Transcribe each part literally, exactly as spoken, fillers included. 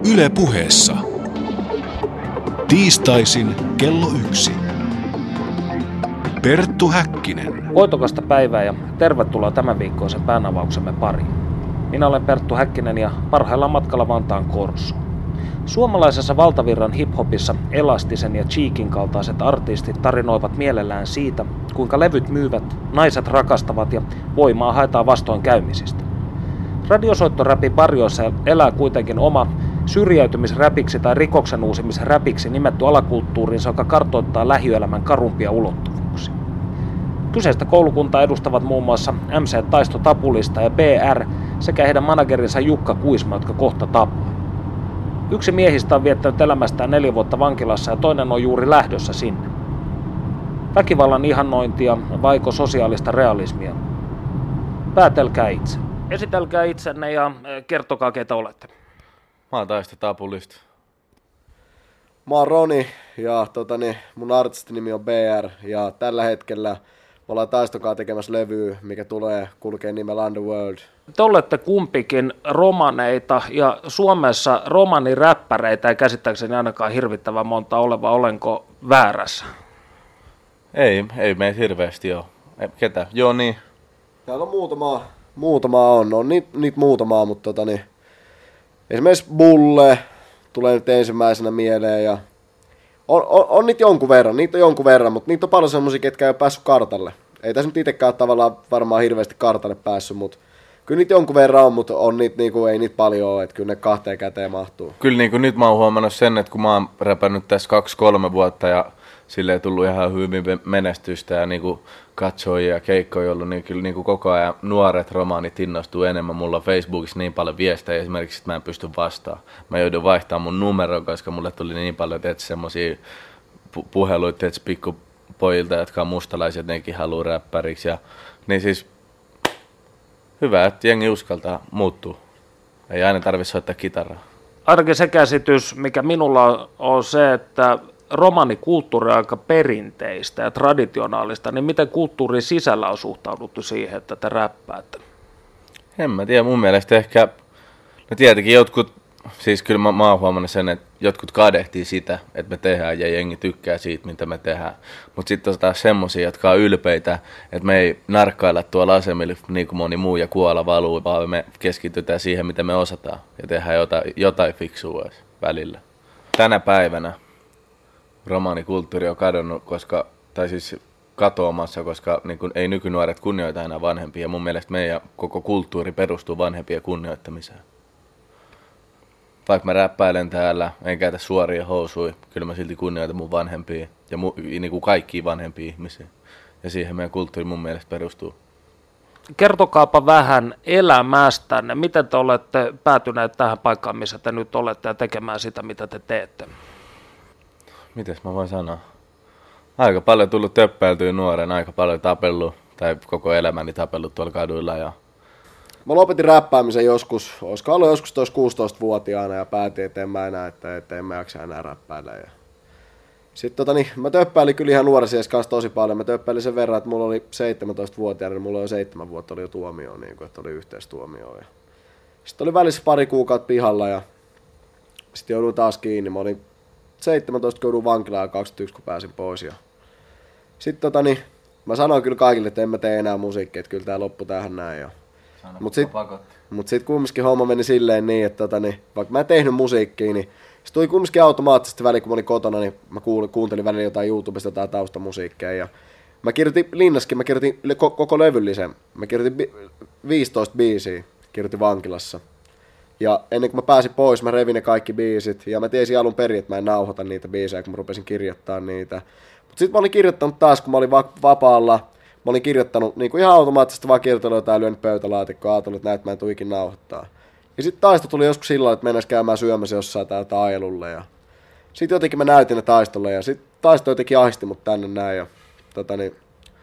Yle Puheessa. Tiistaisin kello yksi. Perttu Häkkinen. Voitokasta päivää ja tervetuloa tämän viikkoisen päänavauksemme pariin. Minä olen Perttu Häkkinen ja parhaillaan matkalla Vantaan Korsoon. Suomalaisessa valtavirran hiphopissa Elastisen ja Cheekin kaltaiset artistit tarinoivat mielellään siitä, kuinka levyt myyvät, naiset rakastavat ja voimaa haetaan vastoinkäymisistä. Radiosoittoräpin varjoissa elää kuitenkin oma syrjäytymisräpiksi tai rikoksen uusimisräpiksi nimetty alakulttuurinsa, joka kartoittaa lähielämän karumpia ulottuvuuksia. Kyseistä koulukuntaa edustavat muun muassa M C Taisto Tapulista ja B R sekä heidän managerinsa Jukka Kuisma, jotka kohta tappaa. Yksi miehistä on viettänyt elämästään neljä vuotta vankilassa ja toinen on juuri lähdössä sinne. Väkivallan ihannointia vaiko sosiaalista realismia? Päätelkää itse. Esitelkää itsenne ja kertokaa, keitä olette. Mä oon Taisto Tapulista. Mä oon Roni ja totani, mun artistinimi on B R ja tällä hetkellä me ollaan Taistokaa tekemässä levyä, mikä tulee kulkee nimellä Underworld. Te olette kumpikin romaneita ja Suomessa romaniräppäreitä ei käsittääkseni ainakaan hirvittävän monta ole, vai olenko väärässä? Ei, ei meitä hirveästi ole. Ketä? Joo niin. Täällä on muutama, muutama on, on niitä niit muutamaa, mutta totani, esimerkiksi Bulle tulee nyt ensimmäisenä mieleen ja on, on, on niitä jonkun verran, niitä on jonkun verran, mutta niitä on paljon semmosia, ketkä ei ole päässyt kartalle. Ei tässä nyt itsekään tavallaan varmaan hirveästi kartalle päässyt, mutta kyllä niitä jonkun verran on, mutta on niitä, niinku, ei niitä paljon ole, että kyllä ne kahteen käteen mahtuu. Kyllä niin kuin nyt mä oon huomannut sen, että kun mä oon räpännyt tässä kaksi kolme vuotta ja silleen tullut ihan hyvin menestystä ja niinku katsojia ja keikkoja ollut, niin kyllä niinku koko ajan nuoret romaanit innostuu enemmän. Mulla on Facebookissa niin paljon viestejä esimerkiksi, että mä en pysty vastaamaan. Mä joudun vaihtamaan mun numeroa, koska mulle tuli niin paljon semmosia pu- puheluita että pikkupojilta, jotka on mustalaisia, että nekin haluaa räppäriksi. Ja, niin siis hyvä, että jengi uskaltaa muuttua. Ei aina tarvitse soittaa kitaraa. Ainakin se käsitys, mikä minulla on, on se, että romanikulttuuri on aika perinteistä ja traditionaalista, niin miten kulttuurin sisällä on suhtauduttu siihen, että te räppäätte? En mä tiedä, mun mielestä ehkä, no tietenkin jotkut, siis kyllä mä, mä oon huomannut sen, että jotkut kadehtii sitä, että me tehdään ja jengi tykkää siitä, mitä me tehdään. Mutta sitten on taas semmosia, jotka on ylpeitä, että me ei narkkailla tuolla asemilla niin kuin moni muu ja kuolla valuu, vaan me keskitytään siihen, mitä me osataan ja tehdään jotain, jotain fiksua välillä. Tänä päivänä romaanikulttuuri on kadonnut, koska, tai siis katoamassa, koska niin kun, ei nykynuoret kunnioita enää vanhempia. Ja mun mielestä meidän koko kulttuuri perustuu vanhempien kunnioittamiseen. Vaikka mä räppäilen täällä, en käytä suoria housuja, kyllä mä silti kunnioitan mun vanhempia ja mu, niin kuin kaikkia vanhempia ihmisiä. Ja siihen meidän kulttuuri mun mielestä perustuu. Kertokaapa vähän elämästänne. Miten te olette päätyneet tähän paikkaan, missä te nyt olette ja tekemään sitä, mitä te teette? Mites mä voin sanoa? Aika paljon tullut töppäiltyä nuoren, aika paljon tapellut, tai koko elämäni tapellut tuolla kaduilla. Ja mä lopetin räppäämisen joskus, olisiko ollut joskus tuossa kuusitoistavuotiaana ja päätin, että en mä enää, että, että en mä jaksa enää räppäillä. Ja sitten tota, niin, mä töppäilin kyllä ihan nuorisies kanssa tosi paljon. Mä töppäilin sen verran, että mulla oli seitsemäntoistavuotiaana, niin mulla oli jo seitsemän vuotta oli jo tuomio, niin kuin, että oli yhteistuomio. Sitten oli välissä pari kuukautta pihalla ja sitten jouduin taas kiinni. Mä olin seitsemäntoista kun joudun vankilaan ja kaksikymmentäyksi kun pääsin pois. Ja sitten tota, niin, mä sanoin kyllä kaikille, että en mä tee enää musiikkia, että kyllä tää loppu tähän näin. Ja Mut sit, mut sit kumminkin homma meni silleen niin, että tota, niin, vaikka mä en tehnyt musiikkia, niin se tuli kumminkin automaattisesti väliin, kun mä olin kotona, niin mä kuulin, kuuntelin välillä jotain YouTubesta tai taustamusiikkia. Ja mä kirjoitin linnaskin, mä kirjoitin koko levyllisen. Mä kirjoitin bi- viisitoista biisiä, kirjoitin vankilassa. Ja ennen kuin mä pääsin pois, mä revin ne kaikki biisit. Ja mä tiesin alun perin, että mä en nauhoita niitä biisejä, kun mä rupesin kirjoittaa niitä. Mut sit mä olin kirjoittanut taas, kun mä olin va- vapaalla. Mä olin kirjoittanut niin kuin ihan automaattisesti vaan kirjoitellut jotain, lyönyt pöytälaatikkoa, ajatellut, että näitä mä en tule ikinä nauhoittaa. Ja sit Taisto tuli joskus sillä että mennäis käymään syömässä jossain täältä ajelulle. Ja sit jotenkin mä näytin ne Taistolle ja sit Taisto jotenkin ahisti mut tänne näin. Ja, tota niin,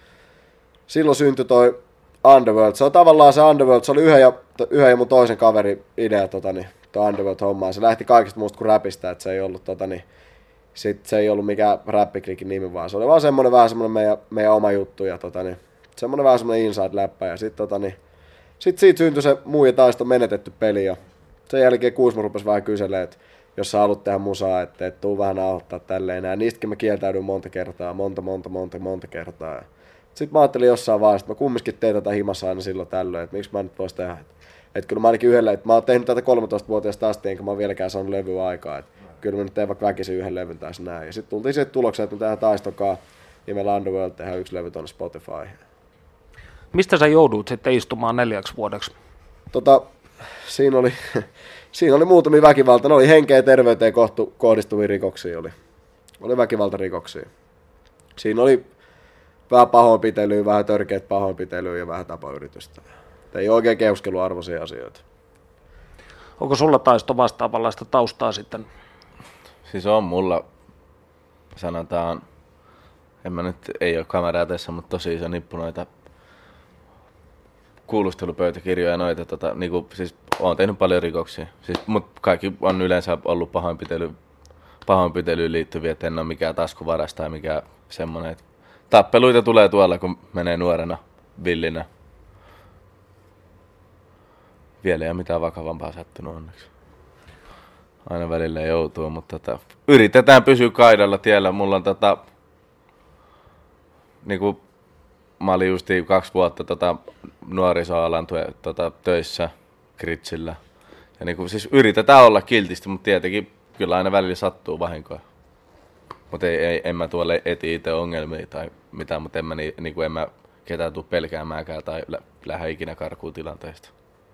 silloin syntyi toi Underworld. Se on tavallaan se Underworld, se oli yhden ja, yhden ja mun toisen kaverin idea tota niin, toi Underworld-hommaa. Se lähti kaikista muusta kuin räpistä, että se ei ollut tota niin, sit se ei ollut mikään räppiklikin nimi, vaan se oli vaan semmonen vähän semmonen meidän, meidän oma juttu ja tota niin, semmonen vähän semmonen inside-läppä ja sit tota niin, sit siitä syntyi se muu ja Taiston menetetty peli ja sen jälkeen Kuisma rupesi vähän kyselemään, että jos sä haluat tehdä musaa, että et tuu vähän nauhoittaa tälleen. Ja niistäkin mä kieltäydyin monta kertaa, monta, monta, monta, monta kertaa. Sitten mä ajattelin jossain vaiheessa, että mä kumminkin teen tätä himassa aina silloin tällöin, että miksi mä nyt vois tehdä. Että kyllä mä ainakin yhdellä, että mä oon tehnyt tätä kolmetoistavuotiaasta asti, enkä mä oon vieläkään saanut levyä aikaa. Että kyllä mä nyt teen vaikka väkisin yhden levyn taas näin. Ja sitten tultiin siihen tulokseen, että me tehdään Taistokaa nimellä Underworld, tehdään yksi levy tonne Spotify. Mistä sä joudut sitten istumaan neljäksi vuodeksi? Tota, siinä oli, siinä oli muutamia väkivalta, ne oli henkeä ja terveyteen kohtu, kohdistuvia rikoksia, oli, oli väkivaltarikoksia. Siinä oli vähän pahoinpitelyä, vähän törkeät pahoinpitelyä ja vähän tapayritystä. Ei oikein keuskeluarvoisia asioita. Onko sulla Taisto vastaavanlaista taustaa sitten? Siis on mulla, sanotaan, en mä nyt, ei ole kameraa tässä, mutta tosi iso nippu noita kuulustelupöytäkirjoja noita, tota, niinku, siis oon tehnyt paljon rikoksia, siis, mutta kaikki on yleensä ollut pahoinpitely, pahoinpitelyyn liittyviä, että en ole mikään taskuvaras tai mikään semmoinen, että tappeluita tulee tuolla, kun menee nuorena, villinä. Vielä ei ole mitään vakavampaa sattunut onneksi. Aina välillä joutuu, mutta tota, yritetään pysyä kaidalla tiellä. Mulla on tota, niinku, mä olin justiin kaksi vuotta tota, nuorisoalan tota, töissä Kritsillä. Ja niinku, siis yritetään olla kiltisti, mutta tietenkin kyllä aina välillä sattuu vahinkoja. Mutta ei, ei, en mä tuolle eti itse ongelmia tai mitään, mutta en mä, niinku, en mä ketään tuu pelkäämäänkään tai lä- lähde ikinä karkuun tilanteesta.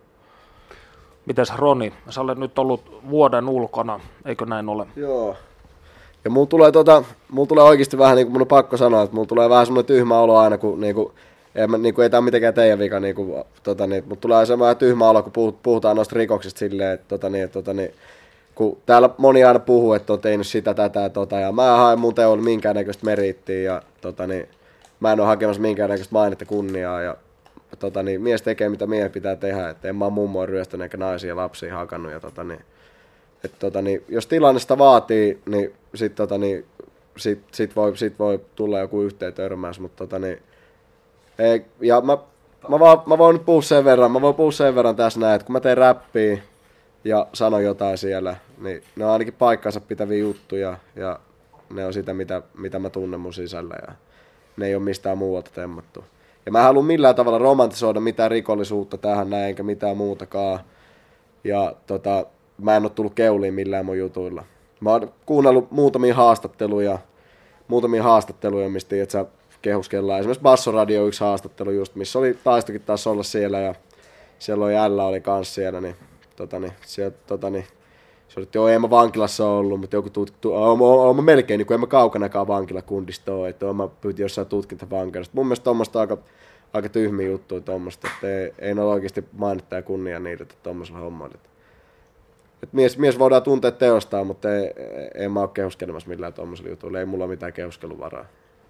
Mitäs Roni, sä olet nyt ollut vuoden ulkona, eikö näin ole? Joo. Ja mulla tulee, tota, mulla tulee oikeasti vähän, niin kuin mun on pakko sanoa, että mulla tulee vähän semmoinen tyhmä olo aina, kun niinku, ei, niinku, ei tää ole mitenkään teidän vika, niinku, tota, niin, mutta tulee semmoinen tyhmä olo, kun puhutaan noista rikoksista silleen, että tota, niin, tota, niin, kun täällä moni aina puhuu, että on tehnyt sitä, tätä ja tota, ja mä en hae mun teolla minkäännäköistä meriittiä, ja tota, niin, mä en ole hakemassa minkäännäköistä mainetta kunniaa, ja tota, niin, mies tekee mitä miehen pitää tehdä, että en mä oon mummoa ryöstänyt eikä naisia ja lapsia hakannut, ja tota, niin, et, tota, niin, jos tilanne sitä vaatii, niin sit, tota, niin, sit, sit, voi, sit voi tulla joku yhteen törmäys, mutta tota, niin, ei, ja mä, mä, vaan, mä voin nyt puhua sen verran, mä voin puhua sen verran tässä näin, että kun mä teen räppiä ja sanon jotain siellä, niin ne on ainakin paikkansa pitäviä juttuja ja ne on sitä, mitä, mitä mä tunnen mun sisällä ja ne ei ole mistään muualta temmattu. Ja mä en halua millään tavalla romantisoida mitään rikollisuutta tähän näin, enkä mitään muutakaan. Ja tota, mä en ole tullut keuliin millään mun jutuilla. Mä oon kuunnellut muutamia haastatteluja, muutamia haastatteluja, mistä että sä kehuskellaan. Esimerkiksi Bassoradio yksi haastattelu just, missä oli Taistokin taas olla siellä ja siellä oli Ällä oli kans siellä, niin tota niin, siellä, tota niin, se oli, että joo, en mä vankilassa ollut, mutta joku tutkitu, oon, oon mä melkein, niin kuin en mä kaukanakaan vankilakundista ole, että oon mä pyytin jossain tutkintavankilasta. Mun mielestä tommoista aika, aika tyhmiä juttuja tommoista, että ei, ei ole oikeasti mainittaa ja kunnia niitä, että tommosella hommalla. Et mies, mies voidaan tuntea teostaan, mutta ei, ei, ei mä ole kehuskelemassa millään tommosella jutuilla, ei mulla ole mitään kehuskeluvaraa.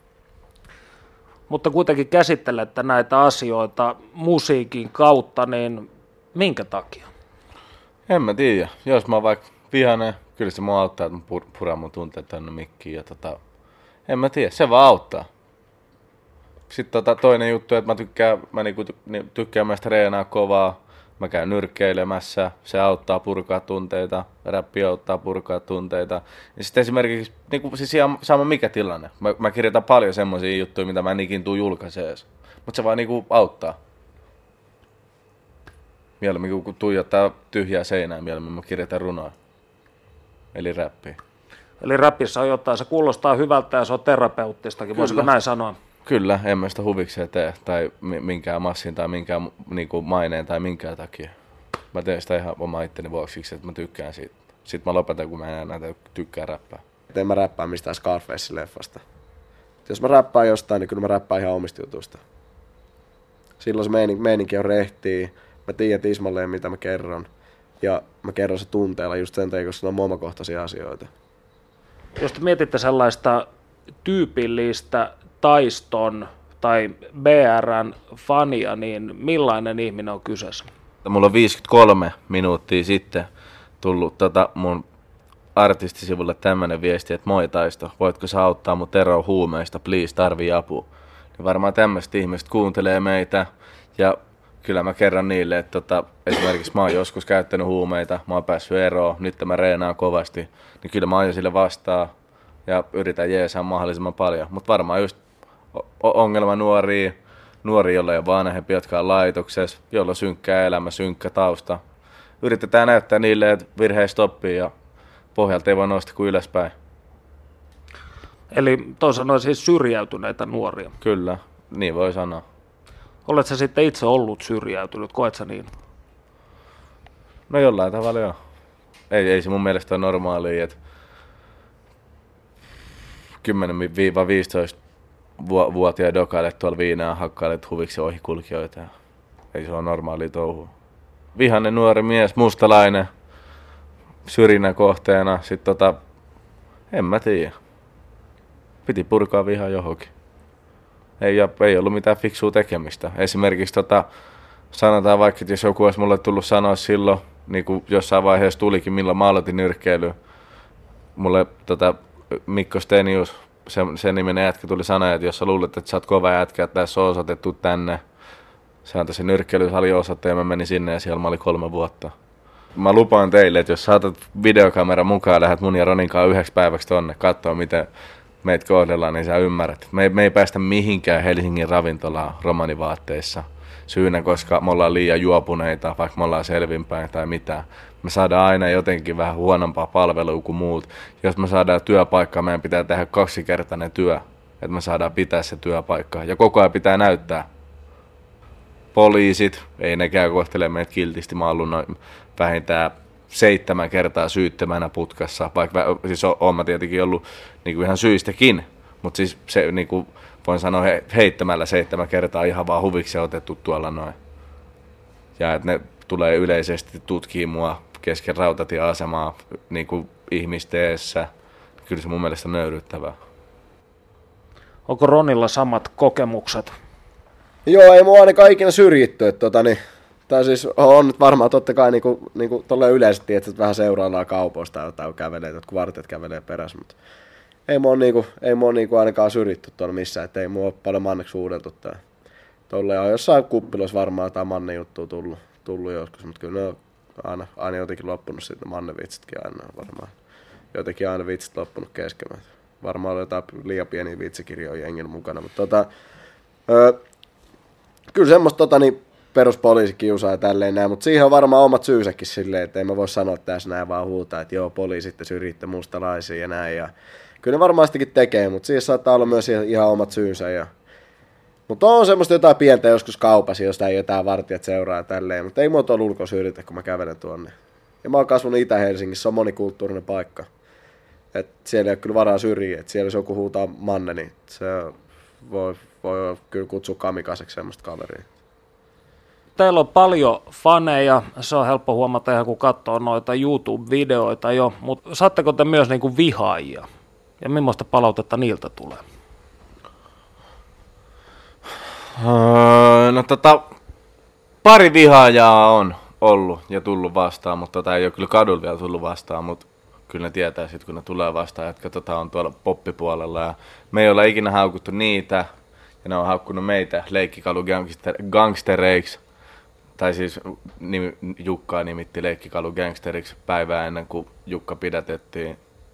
Mutta kuitenkin käsittelette näitä asioita musiikin kautta, niin minkä takia? En mä tiedä. Jos mä oon vaikka vihainen, kyllä se mua auttaa, että mä pur- puran mun tunteet tänne mikkiin. Ja tota, en mä tiedä, se vaan auttaa. Sitten tota, toinen juttu, että mä tykkään, mä niinku ty- tykkään myös treenaa kovaa. Mä käyn nyrkkeilemässä, se auttaa purkaa tunteita, räppi auttaa purkaa tunteita. Ja sitten esimerkiksi, niinku, siis ihan sama mikä tilanne. Mä, mä kirjoitan paljon semmoisia juttuja, mitä mä en ikin tuu julkaiseen. Mutta se vaan niinku auttaa. Mieluummin kun tuijottaa tyhjää seinää, mieluummin mä kirjoitan runoa. Eli räppiä. Eli räpissä on jotain, se kuulostaa hyvältä ja se on terapeuttistakin, voisiko näin sanoa? Kyllä, en mä sitä huvikseen tee, tai minkään massin, tai minkään niinku, maineen, tai minkään takia. Mä teen sitä ihan oma itteni vuoksi, että mä tykkään siitä. Sitten mä lopetan, kun mä enää näitä tykkää räppää. En mä räppää mistään Scarface-leffasta. Jos mä räppään jostain, niin kyllä mä räppään ihan omista jutuista. Silloin se meininki, meininki on rehtiä. Mä tiedän tismalleen, mitä mä kerron. Ja mä kerron se tunteella just sen takia, koska ne on omakohtaisia asioita. Jos te mietitte sellaista tyypillistä Taiston tai B R:n fania, niin millainen ihminen on kyseessä? Mulla on viisikymmentäkolme minuuttia sitten tullut tota mun artistisivulle tämmönen viesti, että moi Taisto, voitko sä auttaa mut eroon huumeista, please, tarvii apua. Niin varmaan tämmöiset ihmiset kuuntelee meitä ja kyllä mä kerron niille, että tota, esimerkiksi mä oon joskus käyttänyt huumeita, mä oon päässyt eroon, nyt mä reenaan kovasti, niin kyllä mä aion sille vastaan ja yritän jeesaa mahdollisimman paljon. Mutta varmaan just ongelma nuoria, nuoria, joilla on vanhempi, jotka on laitoksessa, joilla on synkkä elämä, synkkä tausta. Yritetään näyttää niille, että virheistä oppii ja pohjalta ei voi nousta kuin ylöspäin. Eli toisaalta sanoen siis syrjäytyneitä nuoria. Kyllä, niin voi sanoa. Oletko sitten itse ollut syrjäytynyt, koet sä niin? No jollain tavalla joo. Ei, ei se mun mielestä ole normaalia, että kymmenen viisitoista-vuotiaat dokailet tuolla viinaa, hakkailet huviksi ohikulkijoita. Ei se ole normaalia touhua. Vihainen nuori mies, mustalainen, syrjinnän kohteena, sit tota, en mä tiedä. Piti purkaa vihaa johonkin. Ei, ei ollut mitään fiksua tekemistä. Esimerkiksi tota, sanotaan vaikka, että jos joku olisi mulle tullut sanoa silloin, niin kuin jossain vaiheessa tulikin, milloin mä aloitin nyrkkeilyä. Mulle tota, Mikko Stenius, se, sen niminen jätkä, tuli sanoa, että jos sä luulet, että sä oot kova jätkä, että tässä on osoitettu tänne. Se antoi se nyrkkeilysali osoitteen ja mä menin sinne ja siellä mä olin kolme vuotta. Mä lupaan teille, että jos saatat videokamera mukaan ja lähdet mun ja Ronin kanssa yhdeksi päiväksi tonne katsoa, miten meitä kohdellaan, niin sä ymmärrät. Me ei, me ei päästä mihinkään Helsingin ravintolaan romanivaatteissa syynä, koska me ollaan liian juopuneita, vaikka me ollaan selvinpäin tai mitään. Me saadaan aina jotenkin vähän huonompaa palvelua kuin muut. Jos me saadaan työpaikkaa, meidän pitää tehdä kaksikertainen työ, että me saadaan pitää se työpaikka. Ja koko ajan pitää näyttää. Poliisit, ei nekään kohtele meitä kiltisti. Mä oon ollut noin vähintään seitsemän kertaa syyttömänä putkassa, vaikka siis oon mä tietenkin ollut niin kuin ihan syistäkin, mutta siis se, niin kuin voin sanoa he, heittämällä seitsemän kertaa ihan vaan huviksi otettu tuolla noin. Ja että ne tulee yleisesti tutkii mua kesken rautatieasemaa niin kuin ihmisteessä. Kyllä se mun mielestä on nöyryttävää. Onko Ronilla samat kokemukset? Joo, ei mua ainakaan ikinä syrjitty, että tota niin, tai siis on nyt varmaan totta kai niinku, niinku tolleen yleisesti, että vähän seuraillaan kaupoista jotain kävelee, jotkut vartijat kävelee perässä, mutta ei mua niinku, ei mua niinku ainakaan syrjitty tuolla missään, että ei mua ole paljon manneksi huudeltu tai tolleen on jossain kuppiloissa varmaan jotain mannen juttua tullut, tullut joskus, mutta kyllä ne on aina, aina jotenkin loppunut sitten mannevitsitkin aina varmaan, jotenkin aina vitsit loppunut kesken, varmaan oli jotain liian pieniä vitsikirjoja jengin mukana, mutta tota, öö, kyllä semmoista tota niin, peruspoliisikiusaa ja tälleen näin, mutta siihen on varmaan omat syysäkin silleen, että ei mä voi sanoa tässä näin vaan huutaa, että joo, poliisit te syrjitte mustalaisia ja näin. Ja kyllä ne varmaan sitäkin tekee, mutta siihen saattaa olla myös ihan omat syysä. Ja mutta on semmoista jotain pientä joskus kaupassa, josta ei jotain vartijat seuraa ja tälleen, mutta ei mua tuolla ulkoa syrjitä, kun mä kävelen tuonne. Ja mä oon kasvanut Itä-Helsingissä, se on monikulttuurinen paikka. Et siellä ei ole kyllä varaa syrjiä, että siellä jos joku huutaa manne, niin se voi, voi kyllä kutsua kamikaseksi semmoista kaveria. Teillä on paljon faneja, se on helppo huomata ihan kun katsoo noita YouTube-videoita jo, mutta saatteko te myös niinku vihaajia? Ja millaista palautetta niiltä tulee? Öö, no tota, pari vihaajaa on ollut ja tullut vastaan, mutta tota ei ole kyllä kadulla vielä tullut vastaan, mutta kyllä ne tietää sitten, kun ne tulee vastaan, jotka tota on tuolla poppipuolella. Ja me ei olla ikinä haukuttu niitä, ja ne on haukkunut meitä leikkikalu gangstereiksi. Tai siis nim, Jukkaa nimitti leikkikalu gangsteriksi päivää ennen kuin Jukka pidätettiin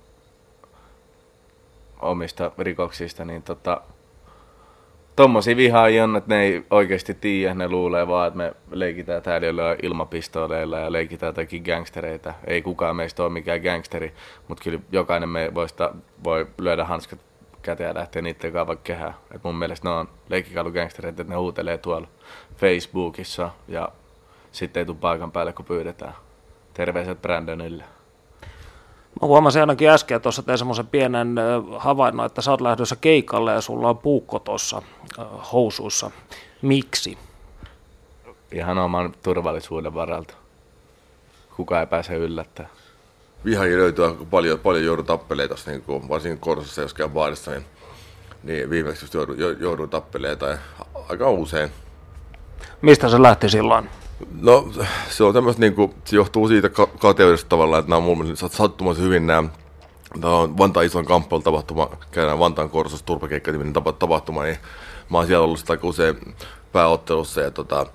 omista rikoksista, niin tota, tommosia vihaajia on, että ne ei oikeasti tiedä, ne luulee vaan, että me leikitään täällä ilmapistooleilla ja leikitään jotakin gangstereita. Ei kukaan meistä ole mikään gangsteri, mutta kyllä jokainen me voista, voi lyödä hanskat käteen ja lähteä niiden kanssa vaikka kehään. Et mun mielestä ne on leikkikalu-gangstereita, että ne huutelee tuolla Facebookissa ja sitten ei tule paikan päälle, kun pyydetään. Terveiset Brandonille. Mä huomasin ainakin äsken, että tuossa tein semmoisen pienen havainnon, että sä oot lähdössä keikalle ja sulla on puukko tuossa housuissa. Miksi? Ihan oman turvallisuuden varalta. Kukaan ei pääse yllättämään. Vihaajia löytyy paljon, paljon joudun tappeleita, niin kuin, varsinkin Korsossa, jos käyn baarissa, niin, niin viimeksi just joudun, joudun tappeleita ja aika usein. Mistä se lähti silloin? No se on tämmöistä, niin kuin, se johtuu siitä kateudesta tavallaan, että nämä on mun mielestä sattumassa hyvin nämä. Tämä on Vantaan ison kamppailun tapahtuma, käydään Vantaan Korsossa turpakeikka-niminen tapahtuma, niin mä oon siellä ollut sitä aika usein pääottelussa ja tota,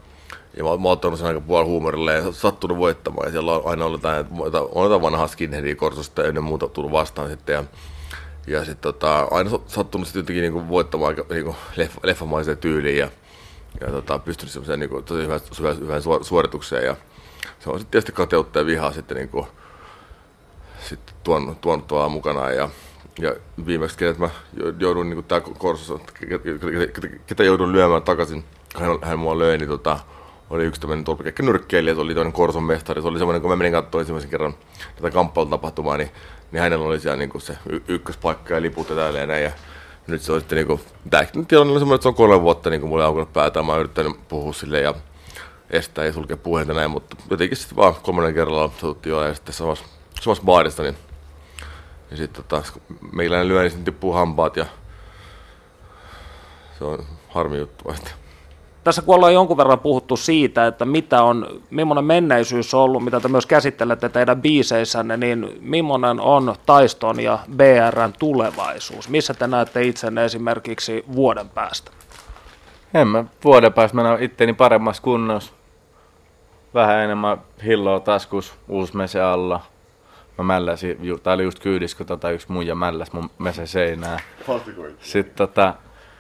Ja mä, mä oon ottanut sen aika puolella huumorilla ja sattunut voittamaan. Ja siellä on aina ollut jotain, on jotain vanhaa skinheadia Korsosta ennen muuta tullut vastaan sitten. Ja, ja sitten tota, aina sattunut sitten jotenkin niinku voittamaan aika niinku leffa, leffamaiseen tyyliin. Ja, ja tota, pystynyt semmoiseen niinku, tosi hyvään, hyvään suoritukseen. Ja se on sitten tietysti kateutta ja vihaa sitten niinku, sitten tuonut, tuonut tuolla mukanaan. Ja, ja viimeksi, kenet mä joudun niinku tää Korsossa, ketä joudun lyömään takaisin, hän, hän mua löi, niin tota, oli yksi tämmöinen tolpikekkä nyrkkeilijä, se oli toinen Korson mestari. Se oli semmoinen, kun mä menin katsomaan ensimmäisen kerran tätä kamppailutapahtumaa, niin, niin hänellä oli siellä niinku se y- ykköspaikka ja liput ja tälleen näin. Ja nyt se on sitten niinku, tääkin tilanne oli semmoinen, että se on kolme vuotta niinku mulle aukunut päätään. Mä oon yrittänyt puhua silleen ja estää ja sulkea puheita näin, mutta jotenkin sitten vaan kolmannen kerralla satuttiin olla ja sitten samassa, samassa baarista, niin ja sitten taas meiläinen lyö, niin sitten tippuu hampaat ja se on harmi juttu vasta. Tässä kun ollaan jonkun verran puhuttu siitä, että mitä on, millainen menneisyys on ollut, mitä te myös käsittelette teidän biiseissänne, niin millainen on Taiston ja B R:n tulevaisuus? Missä te näette itsenne esimerkiksi vuoden päästä? En mä vuoden päästä, mä näen itteni paremmassa kunnossa. Vähän enemmän hilloa taskus, uusi mese alla. Mä mälläsin, tää oli just kyydis, kun tota yksi muija mälläs mun mese seinää. Sitten tota,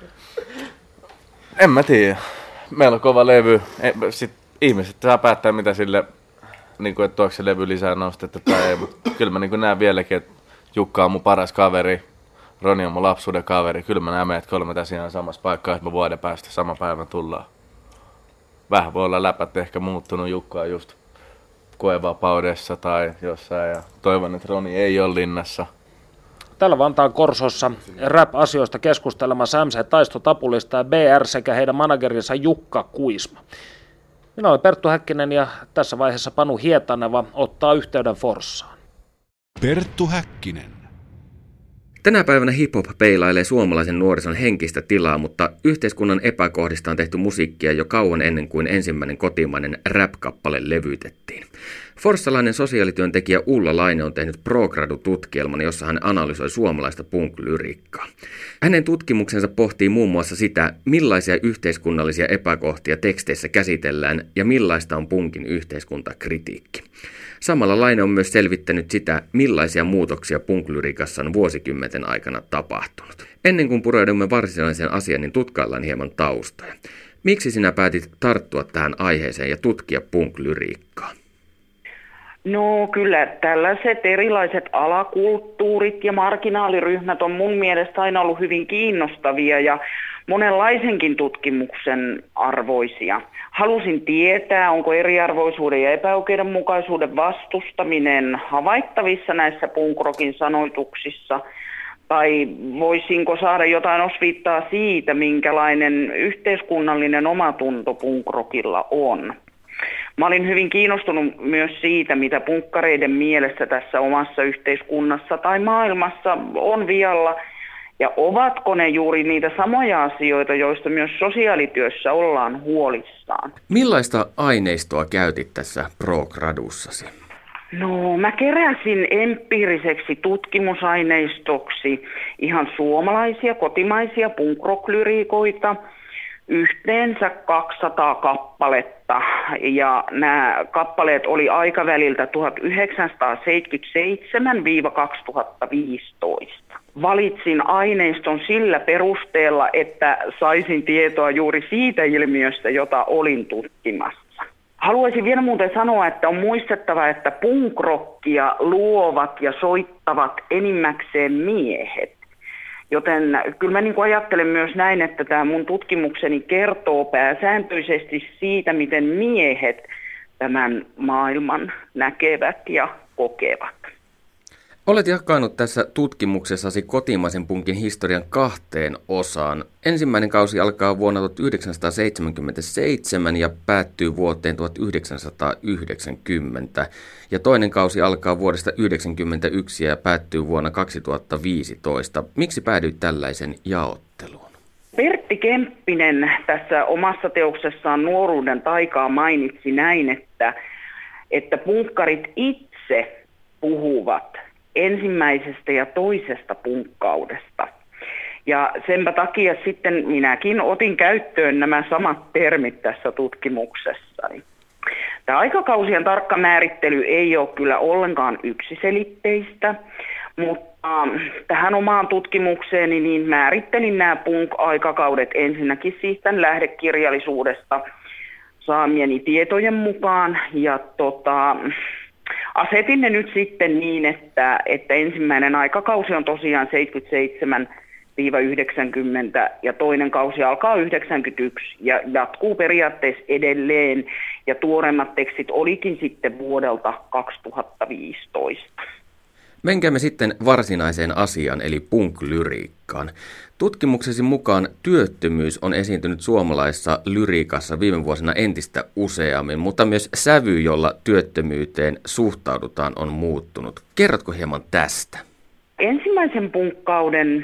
en mä tiedä. Meillä on kova levy. Sitten ihmiset saa päättää, mitä sille, niin kuin, että tuoksi se levy lisää nostetta tai ei. Mutta kyllä mä niin näen vieläkin, että Jukka on mun paras kaveri, Roni on mun lapsuuden kaveri. Kyllä mä näen meidät kolme tosiaan samassa paikkaa, että me vuoden päästä sama päivä tullaan. Vähän voi olla läpät ehkä muuttunut, Jukka on just koevapaudessa tai jossain. Ja toivon, että Roni ei ole linnassa. Täällä Vantaan Korsossa rap-asioista keskustelemassa M C Taisto Tapulista ja B R sekä heidän managerinsa Jukka Kuisma. Minä olen Perttu Häkkinen ja tässä vaiheessa Panu Hietaneva ottaa yhteyden Forssaan. Perttu Häkkinen. Tänä päivänä hip-hop peilailee suomalaisen nuorison henkistä tilaa, mutta yhteiskunnan epäkohdista on tehty musiikkia jo kauan ennen kuin ensimmäinen kotimainen rap-kappale levytettiin. Forssalainen sosiaalityöntekijä Ulla Laine on tehnyt ProGradu-tutkielman, jossa hän analysoi suomalaista punk-lyriikkaa. Hänen tutkimuksensa pohtii muun muassa sitä, millaisia yhteiskunnallisia epäkohtia teksteissä käsitellään ja millaista on punkin yhteiskuntakritiikki. Samalla Laine on myös selvittänyt sitä, millaisia muutoksia punk-lyriikassa on vuosikymmenten aikana tapahtunut. Ennen kuin pureudumme varsinaiseen asiaan, niin tutkaillaan hieman taustoja. Miksi sinä päätit tarttua tähän aiheeseen ja tutkia punk-lyriikkaa? No kyllä tällaiset erilaiset alakulttuurit ja marginaaliryhmät on mun mielestä aina ollut hyvin kiinnostavia ja monenlaisenkin tutkimuksen arvoisia. Halusin tietää, onko eriarvoisuuden ja epäoikeudenmukaisuuden vastustaminen havaittavissa näissä punk-rockin sanoituksissa, tai voisinko saada jotain osviittaa siitä, minkälainen yhteiskunnallinen omatunto punk-rockilla on. Mä olin hyvin kiinnostunut myös siitä, mitä punkkareiden mielessä tässä omassa yhteiskunnassa tai maailmassa on vialla, ja ovatko ne juuri niitä samoja asioita, joista myös sosiaalityössä ollaan huolissaan. Millaista aineistoa käytit tässä ProGradussasi? No, mä keräsin empiiriseksi tutkimusaineistoksi ihan suomalaisia, kotimaisia punk-rock-lyriikoita, yhteensä kaksisataa kappaletta, ja nämä kappaleet oli aikaväliltä tuhatyhdeksänsataaseitsemänkymmentäseitsemän kaksituhattaviisitoista. Valitsin aineiston sillä perusteella, että saisin tietoa juuri siitä ilmiöstä, jota olin tutkimassa. Haluaisin vielä muuten sanoa, että on muistettava, että punk-rockia luovat ja soittavat enimmäkseen miehet. Joten kyllä mä niin kuin ajattelen myös näin, että tämä mun tutkimukseni kertoo pääsääntöisesti siitä, miten miehet tämän maailman näkevät ja kokevat. Olet jakanut tässä tutkimuksessasi kotimaisen punkin historian kahteen osaan. Ensimmäinen kausi alkaa vuonna tuhatyhdeksänsataaseitsemänkymmentäseitsemän ja päättyy vuoteen tuhatyhdeksänsataayhdeksänkymmentä. Ja toinen kausi alkaa vuodesta yhdeksänkymmentäyksi ja päättyy vuonna kaksituhattaviisitoista. Miksi päädyit tällaisen jaotteluun? Pertti Kemppinen tässä omassa teoksessaan Nuoruuden taikaa mainitsi näin, että, että punkkarit itse puhuvat ensimmäisestä ja toisesta punkkaudesta. Ja senpä takia sitten minäkin otin käyttöön nämä samat termit tässä tutkimuksessani. Tämä aikakausien tarkka määrittely ei ole kyllä ollenkaan yksiselitteistä, mutta tähän omaan tutkimukseeni niin määrittelin nämä punk-aikakaudet ensinnäkin siis tämän lähdekirjallisuudesta saamieni tietojen mukaan. Ja tota, asetin ne nyt sitten niin, että, että ensimmäinen aikakausi on tosiaan seitsemänkymmentäseitsemän yhdeksänkymmentä ja toinen kausi alkaa yhdeksänkymmentäyksi ja jatkuu periaatteessa edelleen. Ja tuoreimmat tekstit olikin sitten vuodelta kaksituhattaviisitoista. Menkäämme sitten varsinaiseen asiaan eli punk-lyriikkaan. Tutkimuksesi mukaan työttömyys on esiintynyt suomalaisessa lyriikassa viime vuosina entistä useammin, mutta myös sävy, jolla työttömyyteen suhtaudutaan, on muuttunut. Kerrotko hieman tästä? Ensimmäisen punkkauden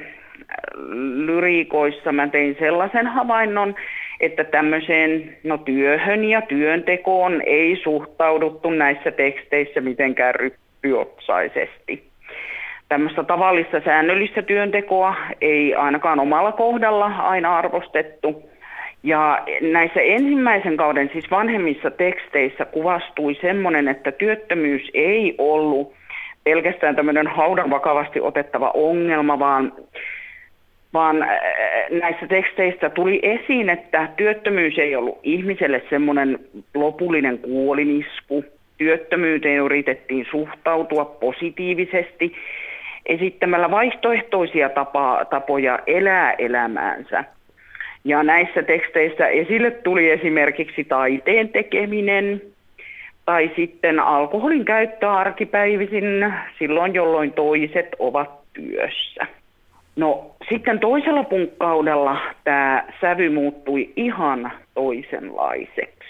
lyriikoissa mä tein sellaisen havainnon, että tämmöiseen no, työhön ja työntekoon ei suhtauduttu näissä teksteissä mitenkään ryppyotsaisesti. Tämmöistä tavallista säännöllistä työntekoa ei ainakaan omalla kohdalla aina arvostettu. Ja näissä ensimmäisen kauden siis vanhemmissa teksteissä kuvastui semmoinen, että työttömyys ei ollut pelkästään tämmöinen haudan vakavasti otettava ongelma, vaan vaan näissä teksteissä tuli esiin, että työttömyys ei ollut ihmiselle semmoinen lopullinen kuolinisku. Työttömyyteen yritettiin suhtautua positiivisesti esittämällä vaihtoehtoisia tapa, tapoja elää elämäänsä. Ja näissä teksteissä esille tuli esimerkiksi taiteen tekeminen tai sitten alkoholin käyttö arkipäivisin silloin, jolloin toiset ovat työssä. No sitten toisella punkkaudella tämä sävy muuttui ihan toisenlaiseksi.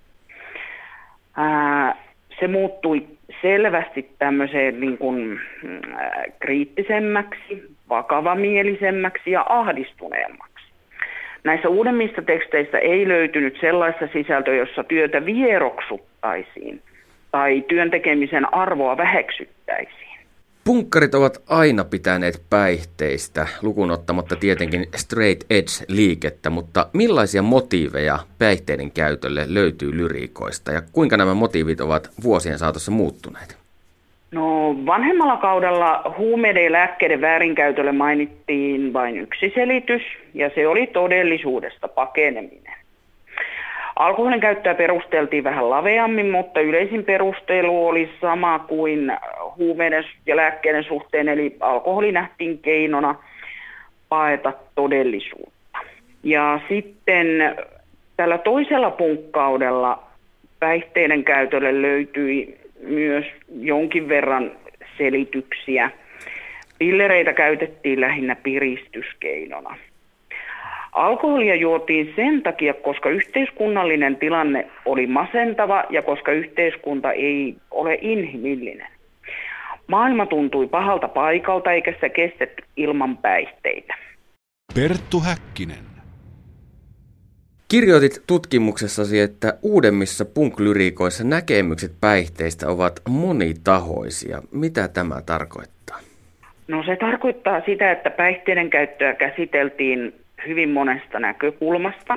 Ää, se muuttui selvästi tämmöiseen niin kuin, ää, kriittisemmäksi, vakavamielisemmäksi ja ahdistuneemmaksi. Näissä uudemmissa teksteissä ei löytynyt sellaista sisältöä, jossa työtä vieroksuttaisiin tai työn tekemisen arvoa väheksyttäisiin. Punkkarit ovat aina pitäneet päihteistä, lukuun ottamatta tietenkin straight edge-liikettä, mutta millaisia motiiveja päihteiden käytölle löytyy lyriikoista ja kuinka nämä motiivit ovat vuosien saatossa muuttuneet? No vanhemmalla kaudella huumeiden ja lääkkeiden väärinkäytölle mainittiin vain yksi selitys ja se oli todellisuudesta pakeneminen. Alkoholin käyttöä perusteltiin vähän laveammin, mutta yleisin perustelu oli sama kuin huumeiden ja lääkkeiden suhteen, eli alkoholi nähtiin keinona paeta todellisuutta. Ja sitten tällä toisella punkkaudella päihteiden käytölle löytyi myös jonkin verran selityksiä. Pillereitä käytettiin lähinnä piristyskeinona. Alkoholia juotiin sen takia, koska yhteiskunnallinen tilanne oli masentava ja koska yhteiskunta ei ole inhimillinen. Maailma tuntui pahalta paikalta eikä sitä kestetty ilman päihteitä. Perttu Häkkinen. Kirjoitit tutkimuksessasi, että uudemmissa punk-lyriikoissa näkemykset päihteistä ovat monitahoisia. Mitä tämä tarkoittaa? No se tarkoittaa sitä, että päihteiden käyttöä käsiteltiin hyvin monesta näkökulmasta.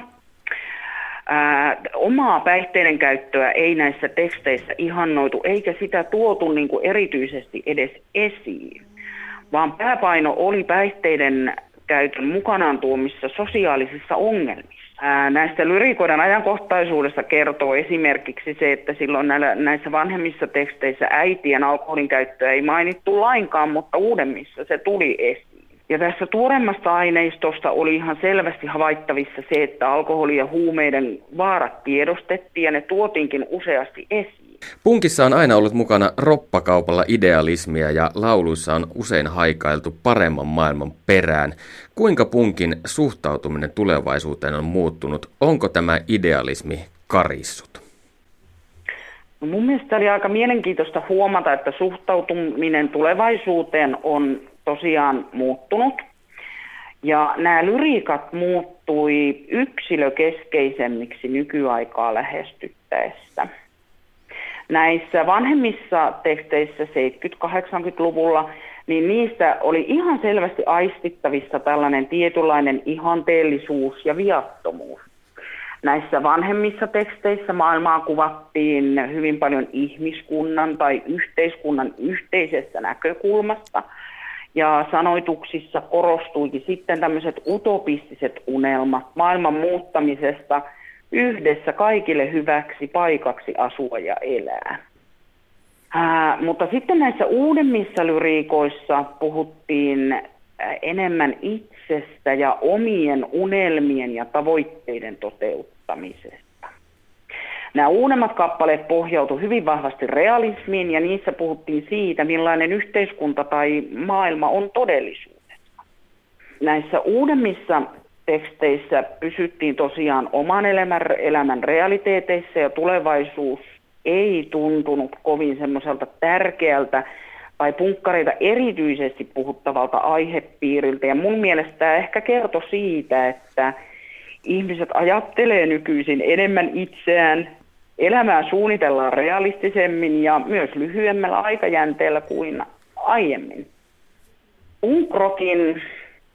Ää, omaa päihteiden käyttöä ei näissä teksteissä ihannoitu, eikä sitä tuotu niin kuin erityisesti edes esiin, vaan pääpaino oli päihteiden käytön mukanaan tuomissa sosiaalisissa ongelmissa. Ää, näistä lyriikoiden ajankohtaisuudesta kertoo esimerkiksi se, että silloin näillä, näissä vanhemmissa teksteissä äitien alkoholin käyttöä ei mainittu lainkaan, mutta uudemmissa se tuli esiin. Ja tässä tuoremmasta aineistosta oli ihan selvästi havaittavissa se, että alkoholi ja huumeiden vaarat tiedostettiin ja ne tuotiinkin useasti esiin. Punkissa on aina ollut mukana roppakaupalla idealismia ja lauluissa on usein haikailtu paremman maailman perään. Kuinka punkin suhtautuminen tulevaisuuteen on muuttunut? Onko tämä idealismi karissut? No mun mielestä oli aika mielenkiintoista huomata, että suhtautuminen tulevaisuuteen on tosiaan muuttunut. Ja nämä lyriikat muuttui yksilökeskeisemmiksi nykyaikaa lähestyttäessä. Näissä vanhemmissa teksteissä seitsemänkymmentä-kahdeksankymmentäluvulla niin niistä oli ihan selvästi aistittavissa tällainen tietynlainen ihanteellisuus ja viattomuus. Näissä vanhemmissa teksteissä maailmaa kuvattiin hyvin paljon ihmiskunnan tai yhteiskunnan yhteisestä näkökulmasta, ja sanoituksissa korostuikin sitten tämmöiset utopistiset unelmat maailman muuttamisesta yhdessä kaikille hyväksi paikaksi asua ja elää. Ää, mutta sitten näissä uudemmissa lyriikoissa puhuttiin enemmän itsestä ja omien unelmien ja tavoitteiden toteuttamisesta. Nämä uudemmat kappaleet pohjautuivat hyvin vahvasti realismiin, ja niissä puhuttiin siitä, millainen yhteiskunta tai maailma on todellisuudessa. Näissä uudemmissa teksteissä pysyttiin tosiaan oman elämän, elämän realiteeteissa, ja tulevaisuus ei tuntunut kovin semmoiselta tärkeältä tai punkkareita erityisesti puhuttavalta aihepiiriltä. Ja mun mielestä tämä ehkä kertoi siitä, että ihmiset ajattelee nykyisin enemmän itseään, elämää suunnitellaan realistisemmin ja myös lyhyemmällä aikajänteellä kuin aiemmin. Punkrockin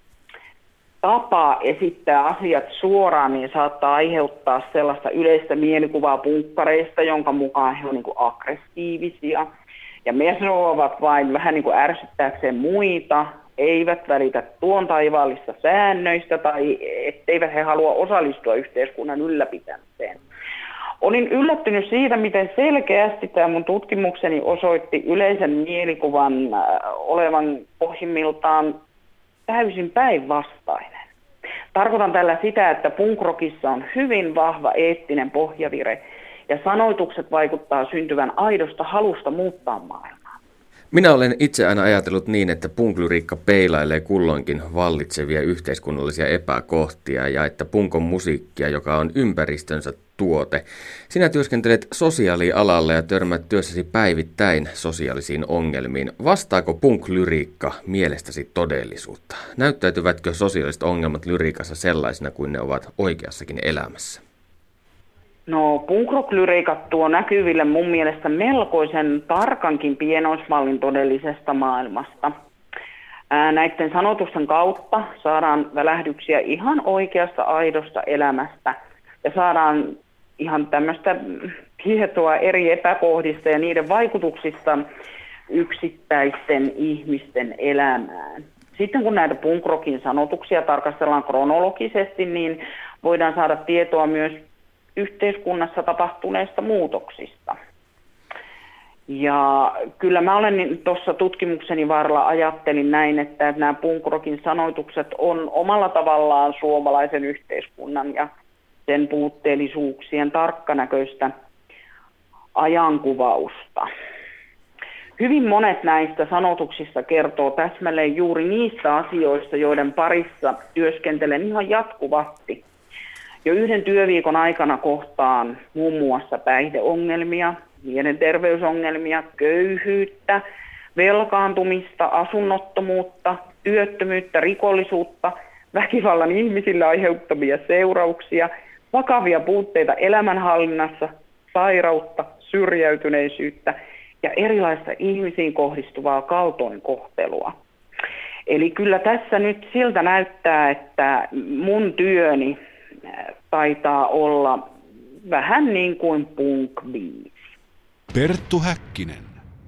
tapa esittää asiat suoraan niin saattaa aiheuttaa sellaista yleistä mielikuvaa punkkareista, jonka mukaan he ovat niin kuin aggressiivisia ja mesroavat vain vähän niin kuin ärsyttääkseen muita, eivät välitä tuon taivaallista säännöistä tai etteivät he halua osallistua yhteiskunnan ylläpitämiseen. Olin yllättynyt siitä, miten selkeästi tämä mun tutkimukseni osoitti yleisen mielikuvan olevan pohjimmiltaan täysin päinvastainen. Tarkoitan tällä sitä, että punkrockissa on hyvin vahva eettinen pohjavire ja sanoitukset vaikuttaa syntyvän aidosta halusta muuttaa maailmaa. Minä olen itse aina ajatellut niin, että punklyriikka peilailee kulloinkin vallitsevia yhteiskunnallisia epäkohtia ja että punk on musiikkia, joka on ympäristönsä tuote. Sinä työskentelet sosiaalialalla ja törmät työssäsi päivittäin sosiaalisiin ongelmiin. Vastaako punk-lyriikka mielestäsi todellisuutta? Näyttäytyvätkö sosiaaliset ongelmat lyriikassa sellaisina kuin ne ovat oikeassakin elämässä? No, punkrock-lyriikat tuo näkyville mun mielestä melkoisen tarkankin pienoismallin todellisesta maailmasta. Ää, näiden sanotusten kautta saadaan välähdyksiä ihan oikeasta aidosta elämästä ja saadaan ihan tämmöistä tietoa eri epäkohdista ja niiden vaikutuksista yksittäisten ihmisten elämään. Sitten kun näitä punkrockin sanotuksia tarkastellaan kronologisesti, niin voidaan saada tietoa myös yhteiskunnassa tapahtuneista muutoksista. Ja kyllä mä olen tuossa tutkimukseni varrella ajattelin näin, että nämä punkrockin sanoitukset on omalla tavallaan suomalaisen yhteiskunnan ja sen puutteellisuuksien tarkkanäköistä ajankuvausta. Hyvin monet näistä sanotuksista kertoo täsmälleen juuri niistä asioista, joiden parissa työskentelen ihan jatkuvasti. Jo yhden työviikon aikana kohtaan muun muassa päihdeongelmia, mielenterveysongelmia, köyhyyttä, velkaantumista, asunnottomuutta, työttömyyttä, rikollisuutta, väkivallan ihmisille aiheuttamia seurauksia, vakavia puutteita elämänhallinnassa, sairautta, syrjäytyneisyyttä ja erilaista ihmisiin kohdistuvaa kaltoinkohtelua. Eli kyllä tässä nyt siltä näyttää, että mun työni taitaa olla vähän niin kuin punk-biisi. Perttu Häkkinen.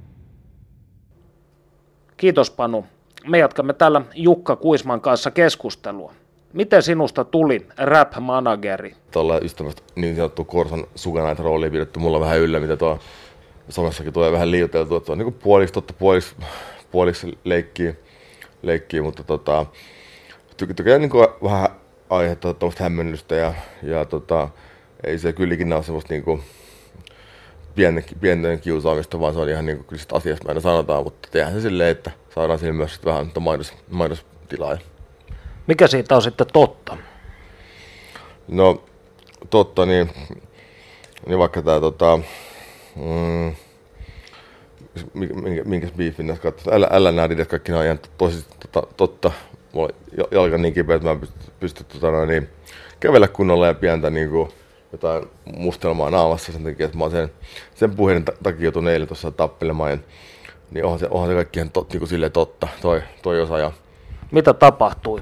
Kiitos Panu. Me jatkamme täällä Jukka Kuisman kanssa keskustelua. Miten sinusta tuli rap-manageri? Tuolla ystävästä niin sanottu Korson Suganite roolia pidetty mulla vähän yllä, mitä tuo somessakin tulee vähän liioiteltua. Tuo on niin kuin puoliksi totta puoliksi, puoliksi leikkii, leikkii, mutta tota, tykkään niin kuin vähän aiheuttaa tuommoista hämmennystä ja, ja tota, ei se kyllikin ole semmoista niinku pienen, pienen kiusaamista, vaan se on ihan niinku kyllä sitä asiasta aina sanotaan, mutta tehdään se silleen, että saadaan siinä myös vähän mainos, mainostilaa. Mikä siitä on sitten totta? No totta, niin, niin vaikka tää tota, mm, minkä, minkäs biifin näistä katsotaan, älä, älä nää niitä kaikki on ihan tosi tota, totta. Mulla on jalka niin kipeä, että mä en pysty, pysty tota, no, niin, kävellä kunnolla ja pientä niin kuin, jotain mustelmaa naamassa sen takia, että mä oon sen, sen puheen takia joutun eilen tuossa tappelemaan. Ja niin onhan se, onhan se kaikki ihan tot, niin silleen totta, toi, toi osa. Ja Mitä tapahtui?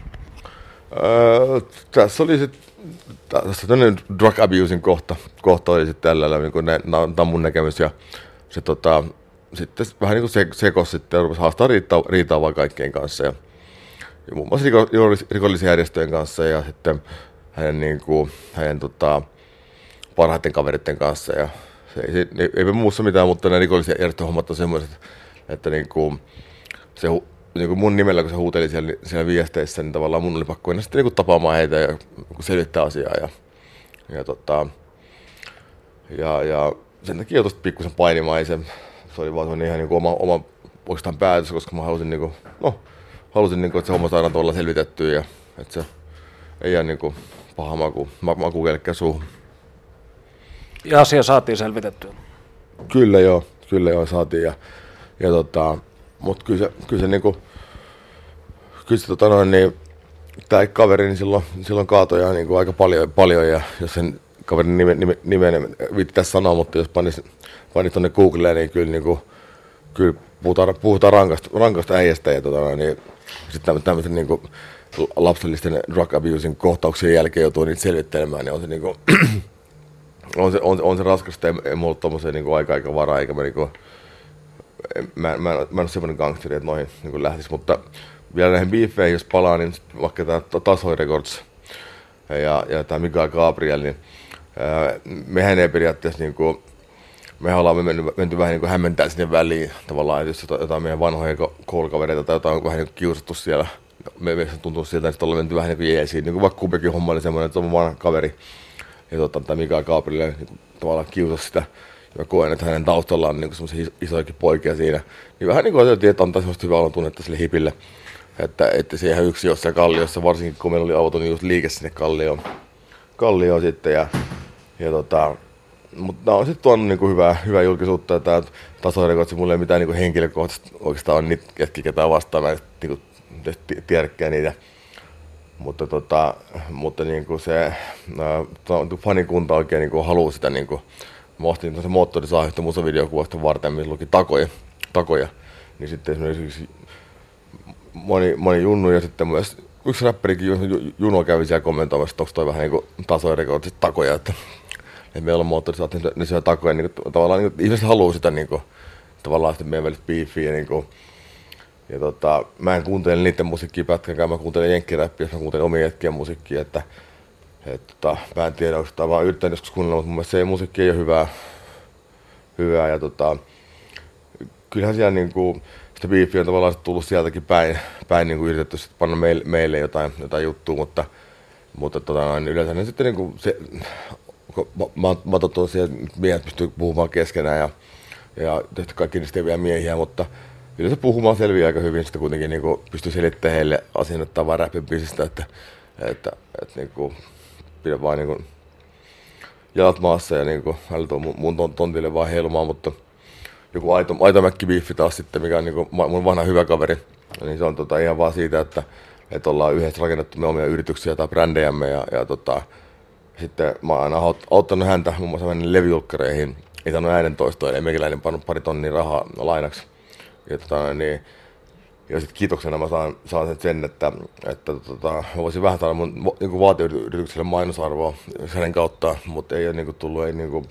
Öö, tässä oli sitten tämmöinen drug abusing kohta, kohta oli sitten tällä, niin kuin tämä on mun näkemys, ja se tota, sitten vähän niin kuin se, sekos sitten ja rupesi haastaa riitaa, riitaa vaan kaikkien kanssa, ja, ja muun muassa riko, rikollisen järjestöjen kanssa, ja sitten hänen, niin kuin, hänen tota, parhaiten kaveritten kanssa, ja se, se, ei, ei muussa mitään, mutta ne rikollisen järjestön hommat on semmoiset, että niin kuin, se niin kuin mun nimellä, kun se huuteli siellä, siellä viesteissä, niin tavallaan mun oli pakko enää sitten niin kuin tapaamaan heitä ja selvittää asiaa. Ja, ja, tota, ja, ja sen takia joutui pikkusen painimaan. Ei se, se oli vaan ihan niin kuin oma, oma oikeastaan päätös, koska mä halusin, niin kuin, no, halusin niin kuin, että se homma saadaan tavallaan selvitettyä ja että se ei jää niin kuin paha maku, maku kellekään suuhun. Ja asia saatiin selvitettyä. Kyllä joo, kyllä joo saatiin. Ja, ja tota, mutta kyllä se, kyllä se niinku, kyllä se tota noin, niin, tää kaveri, niin silloin, silloin kaatoja niinku aika paljon, paljon, ja jos sen kaverin nimen nime, nime viitti tässä sanoa, mutta jos panis, panis tonne Googleen, niin kyllä, niinku, kyllä puhutaan, puhutaan rankasta, rankasta äijästä, ja tota noin, niin sitten tämmöisen niinku lapsellisten drug abusing kohtauksien jälkeen joutuu niitä selvittelemään, niin on se niinku, on se, on, on se raskasta, ei, ei mulla ole tommoseen niinku aikaa eikä varaa, eikä mä niinku, Mä, mä, mä en ole semmoinen gangsteri, että noihin niin lähtisi, mutta vielä näihin beefeihin, jos palaa, niin vaikka tämä Tasoi Records ja, ja tämä Mikael Gabriel, niin ää, mehän ei periaatteessa, niin kuin, mehän ollaan menty, menty vähän niin kuin hämmentää sinne väliin tavallaan, että jos jotain meidän vanhoja koulukavereita tai jotain on vähän niin kuin kiusattu siellä, me, me tuntuu siltä, että ollaan menty vähän niin kuin jeesiin, niin kuin vaikka kumpikin homma oli semmoinen, että on vanha kaveri, ja tota, tämä Mikael Gabriel niin tavallaan kiusasi sitä. Mä koen, että hänen taustallaan on niin semmoisia isoikin poikia siinä. Niin vähän niin kuin ajateltiin, että antaa semmoista hyvää olon tunnetta sille hipille. Että, että se ihan yksi jossain kalliossa, varsinkin kun meillä oli auto, niin just liike sinne kallioon, kallioon sitten. Ja, ja tota, mutta on sitten tuonut niin kuin hyvää, hyvää julkisuutta. Ja tämä Tasoi Records, mulla ei mitään niin kuin henkilökohtaisesti oikeastaan on niitä ketkä ketään vastaan. Mä en niin kuin tiedäkään niitä. Mutta, tota, mutta niin kuin se ää, fanikunta oikein niin kuin haluaa sitä niin kuin, mä ostin se moottorisaahista musavideokuvasta varten, missä luki takoja, takoja. Niin sitten esimerkiksi moni, moni junnu ja sitten myös yksi räpperikin Juno kävi siellä kommentoimassa, että onko toi vähän niin kuin Tasoi Records takoja, että, että meillä on moottorisaahti, niin ne syö takoja, niin kuin, tavallaan niin kuin, ihmiset haluaa sitä niin kuin, tavallaan sitten meidän välistä beefiä. Niin kuin, ja tota, mä en kuuntele niiden musiikkia pätkänkään, mä kuuntelen jenkkiräppiä, mä kuuntelen omia jätkien musiikkia, että että tota, mä en tiedä, onko sitä vaan yrittänyt joskus kuunnella, mutta mun mielestä se musiikki ei ole hyvää. hyvää ja tota, kyllähän siellä niinku, sitä beefiä on tavallaan tullut sieltäkin päin, päin niinku yritetty sit panna meille, meille jotain, jotain juttua, mutta, mutta tota, niin yleensä ne sitten niinku, se, mä, mä, mä tottunut siihen, että miehet pystyy puhumaan keskenään ja, ja tietysti kaikki niistä ei vielä miehiä, mutta yleensä puhumaan selviää aika hyvin, sitten kuitenkin niinku pystyy selittämään heille asianottaa vaan räppin biisistä, että, että, että niinku, pidä vaan niinku jalat maassa ja niinku hän tuo mun, mun tontille vaan heilumaan, mutta joku aito, aito mäkkibiiffi taas sitten, mikä on niinku mun vanha hyvä kaveri, niin se on tota ihan vaan siitä, että, että ollaan yhdessä rakennettu me omia yrityksiä tai brändejämme ja, ja tota, sitten mä oon aina auttanut häntä muun muassa mennä levyjulkkareihin, ei saanut äänentoistoa, eli meikäläinen pannut pari tonnia rahaa lainaksi. Ja tota, niin, ja sitten kiitoksena mä saan, saan sen, että, että tota, mä voisin vähän saada mun niin vaateyritykselle mainosarvoa hänen kauttaan, mutta ei ole niin kuin, tullut ei, niin kuin,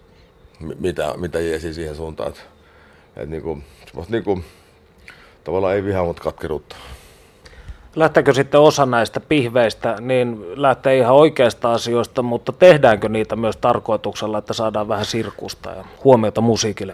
mitään, mitään jeesiä siihen suuntaan. Että, että, niin kuin, niin kuin, tavallaan ei vihaa, mutta katkeruutta. Lähteekö sitten osa näistä pihveistä, niin lähtee ihan oikeista asioista, mutta tehdäänkö niitä myös tarkoituksella, että saadaan vähän sirkusta ja huomiota musiikille?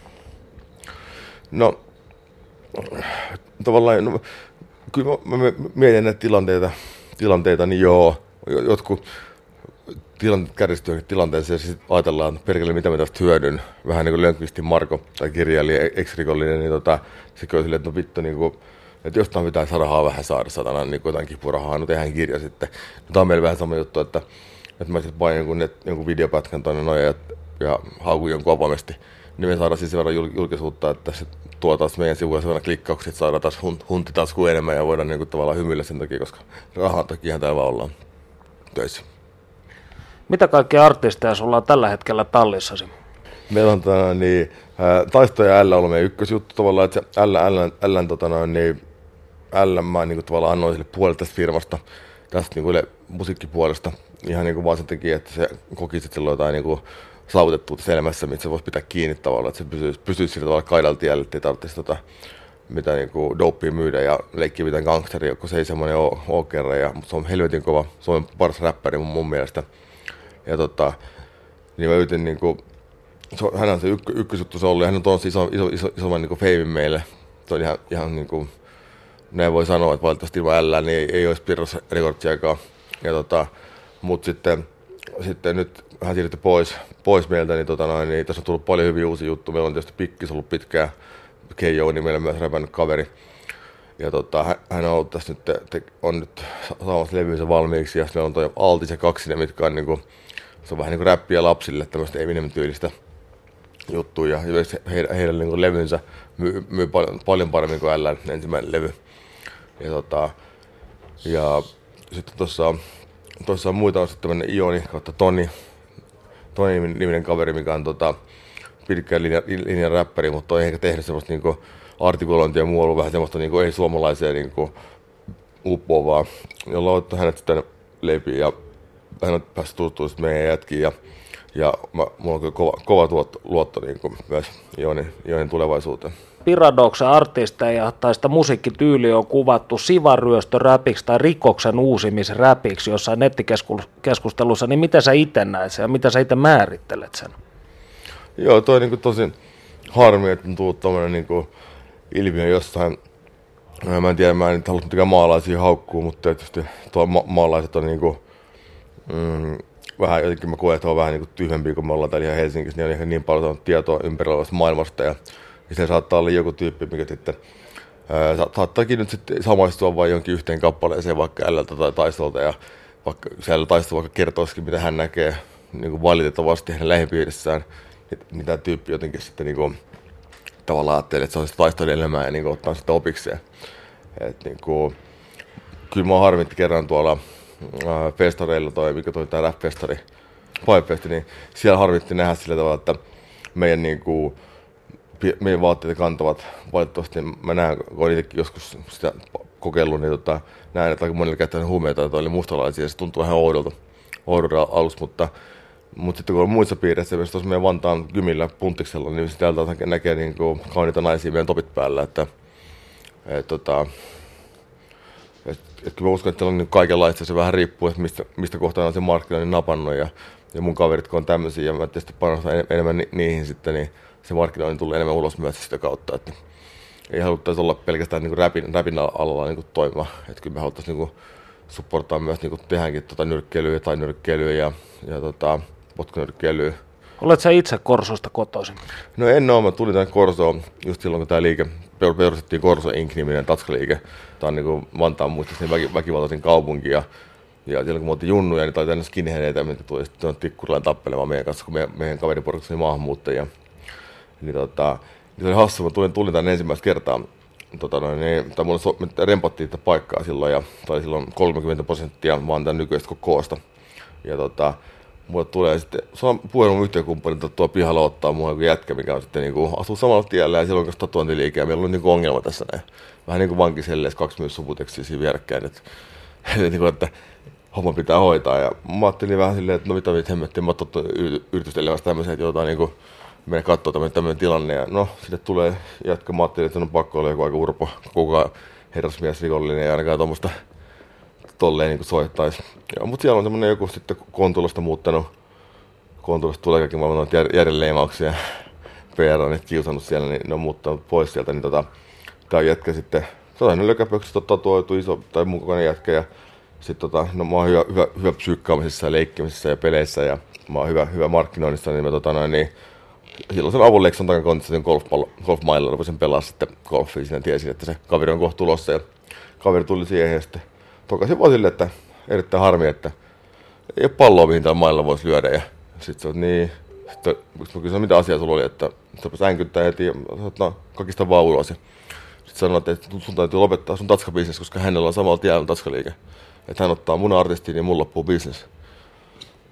No, tavallaan, no, kyllä mä, mä mietin näitä tilanteita, tilanteita, niin joo, jotkut tilanteet kärjistyy tilanteeseen ja sitten ajatellaan, että perkele mitä mä tästä hyödyn, vähän niin kuin Lönkvistin Marko tai kirjailija, ex-rikollinen, niin tota, se kyllä silleen, että no vittu, niin kuin, että jostain pitää rahaa vähän saada, satana, niin kuin jotain kipurahaa, no tehdään kirja sitten. No, tämä on meillä vähän sama juttu, että, että mä sitten painin jonkun, jonkun videopätkän tonne noin ja, ja haukun jonkun avoimesti, niin me saadaan siis sen verran julkisuutta, että se tuo taas meidän sivuilla sen verran klikkauksia, että saadaan taas huntti taas kuin enemmän ja voidaan niin kuin tavallaan hymyillä sen takia, koska rahan takiahan täällä vaan ollaan töissä. Mitä kaikkia artisteja sulla on tällä hetkellä tallissasi? meillä on tota, niin, ää, Taisto ja L ollut meidän ykkösjuttu tavallaan, että se L, L, L, tota, niin, L mä niin kuin, tavallaan annoin sille puolelle tästä firmasta, tästä niin kuin, musiikkipuolesta, ihan niin kuin vaan sen takia, että se koki, että sillä on jotain niin kuin, saavutettua tässä elämässä, mitä se voisi pitää kiinni tavallaan, että se pysyisi, pysyisi sillä tavalla kaidalla tielle, ettei tarvitsisi tota, mitään niin dopea myydä ja leikkiä mitään gangsteria, kun se ei semmoinen ole, ole kerran, ja, mutta se on helvetin kova, Suomen paras räppäri mun, mun mielestä. Ja tota, niin mä yritin niinku, hän on se ykk, ykkösjuttu se ollut, ja hän on tosi iso, iso, iso, isomman niinku feimin meille. Se on ihan, ihan niinku, näin voi sanoa, että valitettavasti ilman L niin ei, ei olisi Pirros rekordiaikaa. Ja tota, mut sitten, sitten nyt hän siirtyi pois, pois meiltä, niin, tota noin, niin tässä on tullut paljon hyviä uusia juttuja. Meillä on tietysti Pikkis ollut pitkään, K O, niin meillä on myös räpännyt kaveri. Ja tota, hän on ollut tässä nyt, te, te, on nyt saamassa levynsä valmiiksi, ja meillä on toi Altis ja Kaksinen, mitkä on niinku, se on vähän niinku räppiä lapsille, tämmöistä Eminem-tyylistä juttua, ja heidän, heidän niinku levynsä myy, myy paljon, paljon paremmin kuin L ensimmäinen levy. Ja tota, ja sitten tuossa tuossa on muita, on sitten tämmönen Ioni kautta Toni, Toni niminen kaveri, mikä on tota, pitkään linjan, linjan räppäri, mutta on ehkä tehnyt semmoista niinku artikulointia ja muu ollut vähän semmoista niinku ei suomalaisia niinku uppoavaa, jolla on ottanut hänet sitten leipiin ja hän on päässyt tutustua meidän jätkiin ja, ja mä, mulla on kyllä kova, kova tuotto, luotto niinku myös Ionin, Ionin tulevaisuuteen. Piradoksen artisteja tai sitä musiikkityyliä on kuvattu sivaryöstöräpiksi tai rikoksen uusimisräpiksi jossain nettikeskustelussa, niin miten sä itse näet sen ja mitä sä itse määrittelet sen? Joo, toi on niinku tosi harmi, että on tullut tommonen niinku ilmiö jossain. Mä en tiedä, mä en nyt halua mitenkään maalaisia haukkuu, mutta tietysti tuo ma- maalaiset on niinku mm, vähän, jotenkin mä koen, että on vähän niinku tyhmempiä, kun me ollaan täällä ihan Helsingissä, niin on ihan niin paljon tietoa ympärillä maailmasta ja se saattaa olla joku tyyppi, mikä sitten ää, saattaakin nyt sitten samaistua vain jonkin yhteen kappaleeseen vaikka L:ltä tai Taistolta ja vaikka siellä Taisto vaikka kertoisikin, mitä hän näkee niin kuin valitettavasti hänen lähipiirissään, niin tämä tyyppi jotenkin sitten niin kuin, tavallaan ajattelee, että se on sitä Taiston elämää ja niin kuin, ottaa sitä opikseen. Et, niin kuin, kyllä mä harmitti kerran tuolla ää, festareilla toi, mikä toi tää rap-festari, Pipefesti, niin siellä harmitti nähdä sillä tavalla, että meidän niin kuin, meidän vaatteita kantavat valitettavasti, mä näen, kun olen itsekin joskus sitä kokeillut, niin tota, näen, että aika monilla käyttänyt huumeita, että oli mustalaisia, ja se tuntuu vähän oudolta, oudolta alussa, mutta, mutta sitten kun on muissa piireissä, esimerkiksi tuossa meidän Vantaan Gymillä Punttiksella, niin täältä näkee niin kuin kauniita naisia meidän topit päällä, että et, tota, et, et, kyllä mä uskon, että on niin kaikenlaista, se vähän riippuu, että mistä, mistä kohtaa on se markkinoinnin napannut, ja, ja mun kaverit, kun on tämmöisiä, ja mä tietysti panostan enemmän ni, niihin sitten, niin se markkinointi tulee enemmän ulos myös sitä kautta, että ei haluttaisi olla pelkästään niin kuin rapin, rapin alalla niin kuin toimia, että kyllä me haluttaisiin niin kuin supportaa myös niin kuin tehdäänkin tota nyrkkeilyä tai nyrkkeilyä ja, ja tota, potkunyrkkeilyä. Olet sä itse Korsosta kotoisin? No en ole, mä tulin tänne Korsoon just silloin, kun tämä liike perustettiin Korso Inc-niminen tatskaliike. Tämä on niin kuin Vantaan muistaakseni väki, väkivaltaisin kaupunki ja, ja silloin kun me oltiin junnuja, niin oli tänne skinheadeitä, mitkä tuli sitten Tikkurilaan tappelemaan meidän kanssa, kun meidän, meidän kaveriporukassa oli maahanmuuttajia. Niin tota, niin se oli hassu, mä tulin, tulin tänne ensimmäistä kertaa. Tota noin, niin, tai mulle so, me rempattiin tätä paikkaa silloin, ja tai silloin kolmekymmentä prosenttia vaan tämän nykyisestä koosta. Ja tota, mulle tulee sitten, se on puhelun mun yhteenkumppani tuo pihalla ottaa mua joku jätkä, mikä on sitten niinku, asuu samalla tiellä, ja silloin kanssa tatuointiliike, ja meillä on niinku ongelma tässä näin. Vähän niinku vankisellees, kaksi myös subutekstiä siinä vierekkäin, että, niinku, että homma pitää hoitaa. Ja mä ajattelin vähän silleen, että no mitä mitä hemmettiin, mä oon tottunut yritystelemään tämmöiseen, että joudutaan niinku mennä kattoo tämmöinen, tämmöinen tilanne, ja no, sitten tulee jatka. Mä ajattelin, että on pakko olla joku aika urpo, koko herrasmies rikollinen, ja ainakaan tuommoista tolleen niin kuin soittaisi. Mutta siellä on semmoinen joku sitten Kontulasta muuttanut, Kontulasta tulee kaikki maailman noita järjenleimauksia, P R on kiusannut siellä, niin ne on muuttanut pois sieltä, niin tota, tää jätkä sitten, se on aina lökäpöksistä tatuoitu iso tai mun kokoinen jätkä, ja sit tota, no mä oon hyvä, hyvä, hyvä psyykkaamisessa ja leikkimisessä ja peleissä, ja mä oon hyvä, hyvä markkinoinnissa, niin mä tota noin, niin silloin sen avunleikson takakontissa sen golfmailla rupesin pelaa sitten golfia, siinä tiesin, että se kaveri on kohta tulossa, ja kaveri tuli siihen, ja sitten tokasin vaan silleen, että erittäin harmi, että ei ole palloa, mihin täällä mailla voisi lyödä, ja sitten se on niin, sitten mä kysyin, mitä asiaa sulla oli, että se änkyttää heti, ja sanoin, että no, kakista vaan ulos, ja sitten sanoin, että sun täytyy lopettaa sun tatskabisnes, koska hänellä on samalla tiellä tatskaliike, että hän ottaa mun artistiin, niin mun loppuu bisnes.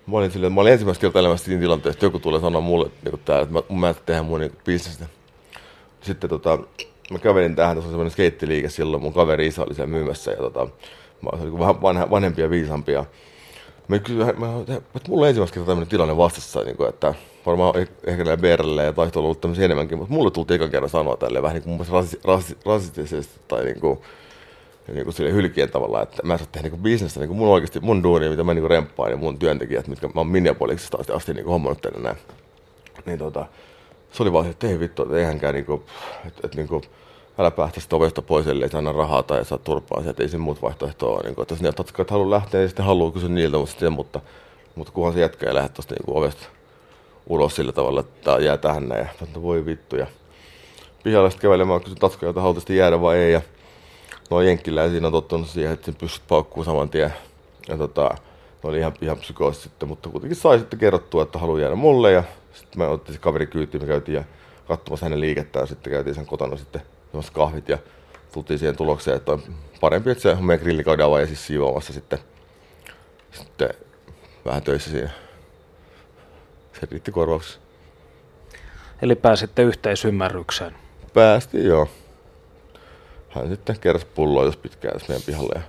Mä olin, silleen, mä olin ensimmäistä kertaa elämässä siinä tilanteessa, että joku tulee sanoa mulle, että, niin täällä, että mä, mä en tehdä mun niin bisnestä. Sitten tota, mä kävelin tähän, tässä oli semmoinen skeittiliike silloin, mun kaveri isä oli siellä myymässä ja tota, mä olin vähän vanha, vanhempia ja viisampia. Mä kysyin, mä, että mulla on ensimmäistä kertaa tämmöinen tilanne vastassa, niin kuin, että varmaan ehkä näillä B R:llä ja taihtoilla ollut tämmöisiä enemmänkin, mutta mulle tultiin ekan kerran sanoa tälleen vähän niin kuin mun mielestä rasi, rasistisesti tai niin kuin, niin kuin silleen hylkien tavalla, että mä en saa tehdä niin bisnestä, niin kuin mun oikeasti mun duuni, mitä mä niin kuin remppaan ja mun työntekijät, mitkä mä oon Minneapolisista asti, asti niin kuin hommannut tänne näin. Niin tota, se oli vaan se, että ei vittu, että eivänkään niin kuin, että, että niin kuin, älä päästä sitä ovesta pois, ellei saa rahaa tai saa turpaa sieltä, ei siinä muut vaihtoehtoa ole. Niin kuin, että jos ne totta kai haluaa lähteä, niin sitten haluaa kysyä niiltä, mutta, sitten, mutta, mutta kunhan se jätkä ei lähde tuosta niin ovesta ulos sillä tavalla, että tää jää tähän näin. Ja että voi vittu. Ja pihalle sitten kävelemään, kysyin Tatskoja, että haluaisi jäädä vai ei. Ja no jenkkiläisiin on tottunut siihen, että sen pystyt paukkuun saman tien. Ja tota, ne oli ihan, ihan psykoosi sitten, mutta kuitenkin sai sitten kerrottua, että haluaa jäädä mulle. Ja sitten me otettiin se kaveri kyytiin, me käytiin ja katsomassa hänen liikettään. Sitten käytiin sen kotona sitten kahvit ja tultiin siihen tulokseen, että on parempi, että se on meidän grillikauden avaaja siis siivoamassa sitten, sitten vähän töissä siinä. Se riitti korvauksessa. Eli pääsitte yhteisymmärrykseen? Päästiin, joo. Hän sitten keräsi pulloa, jos pitkään tässä meidän pihalle. Ja...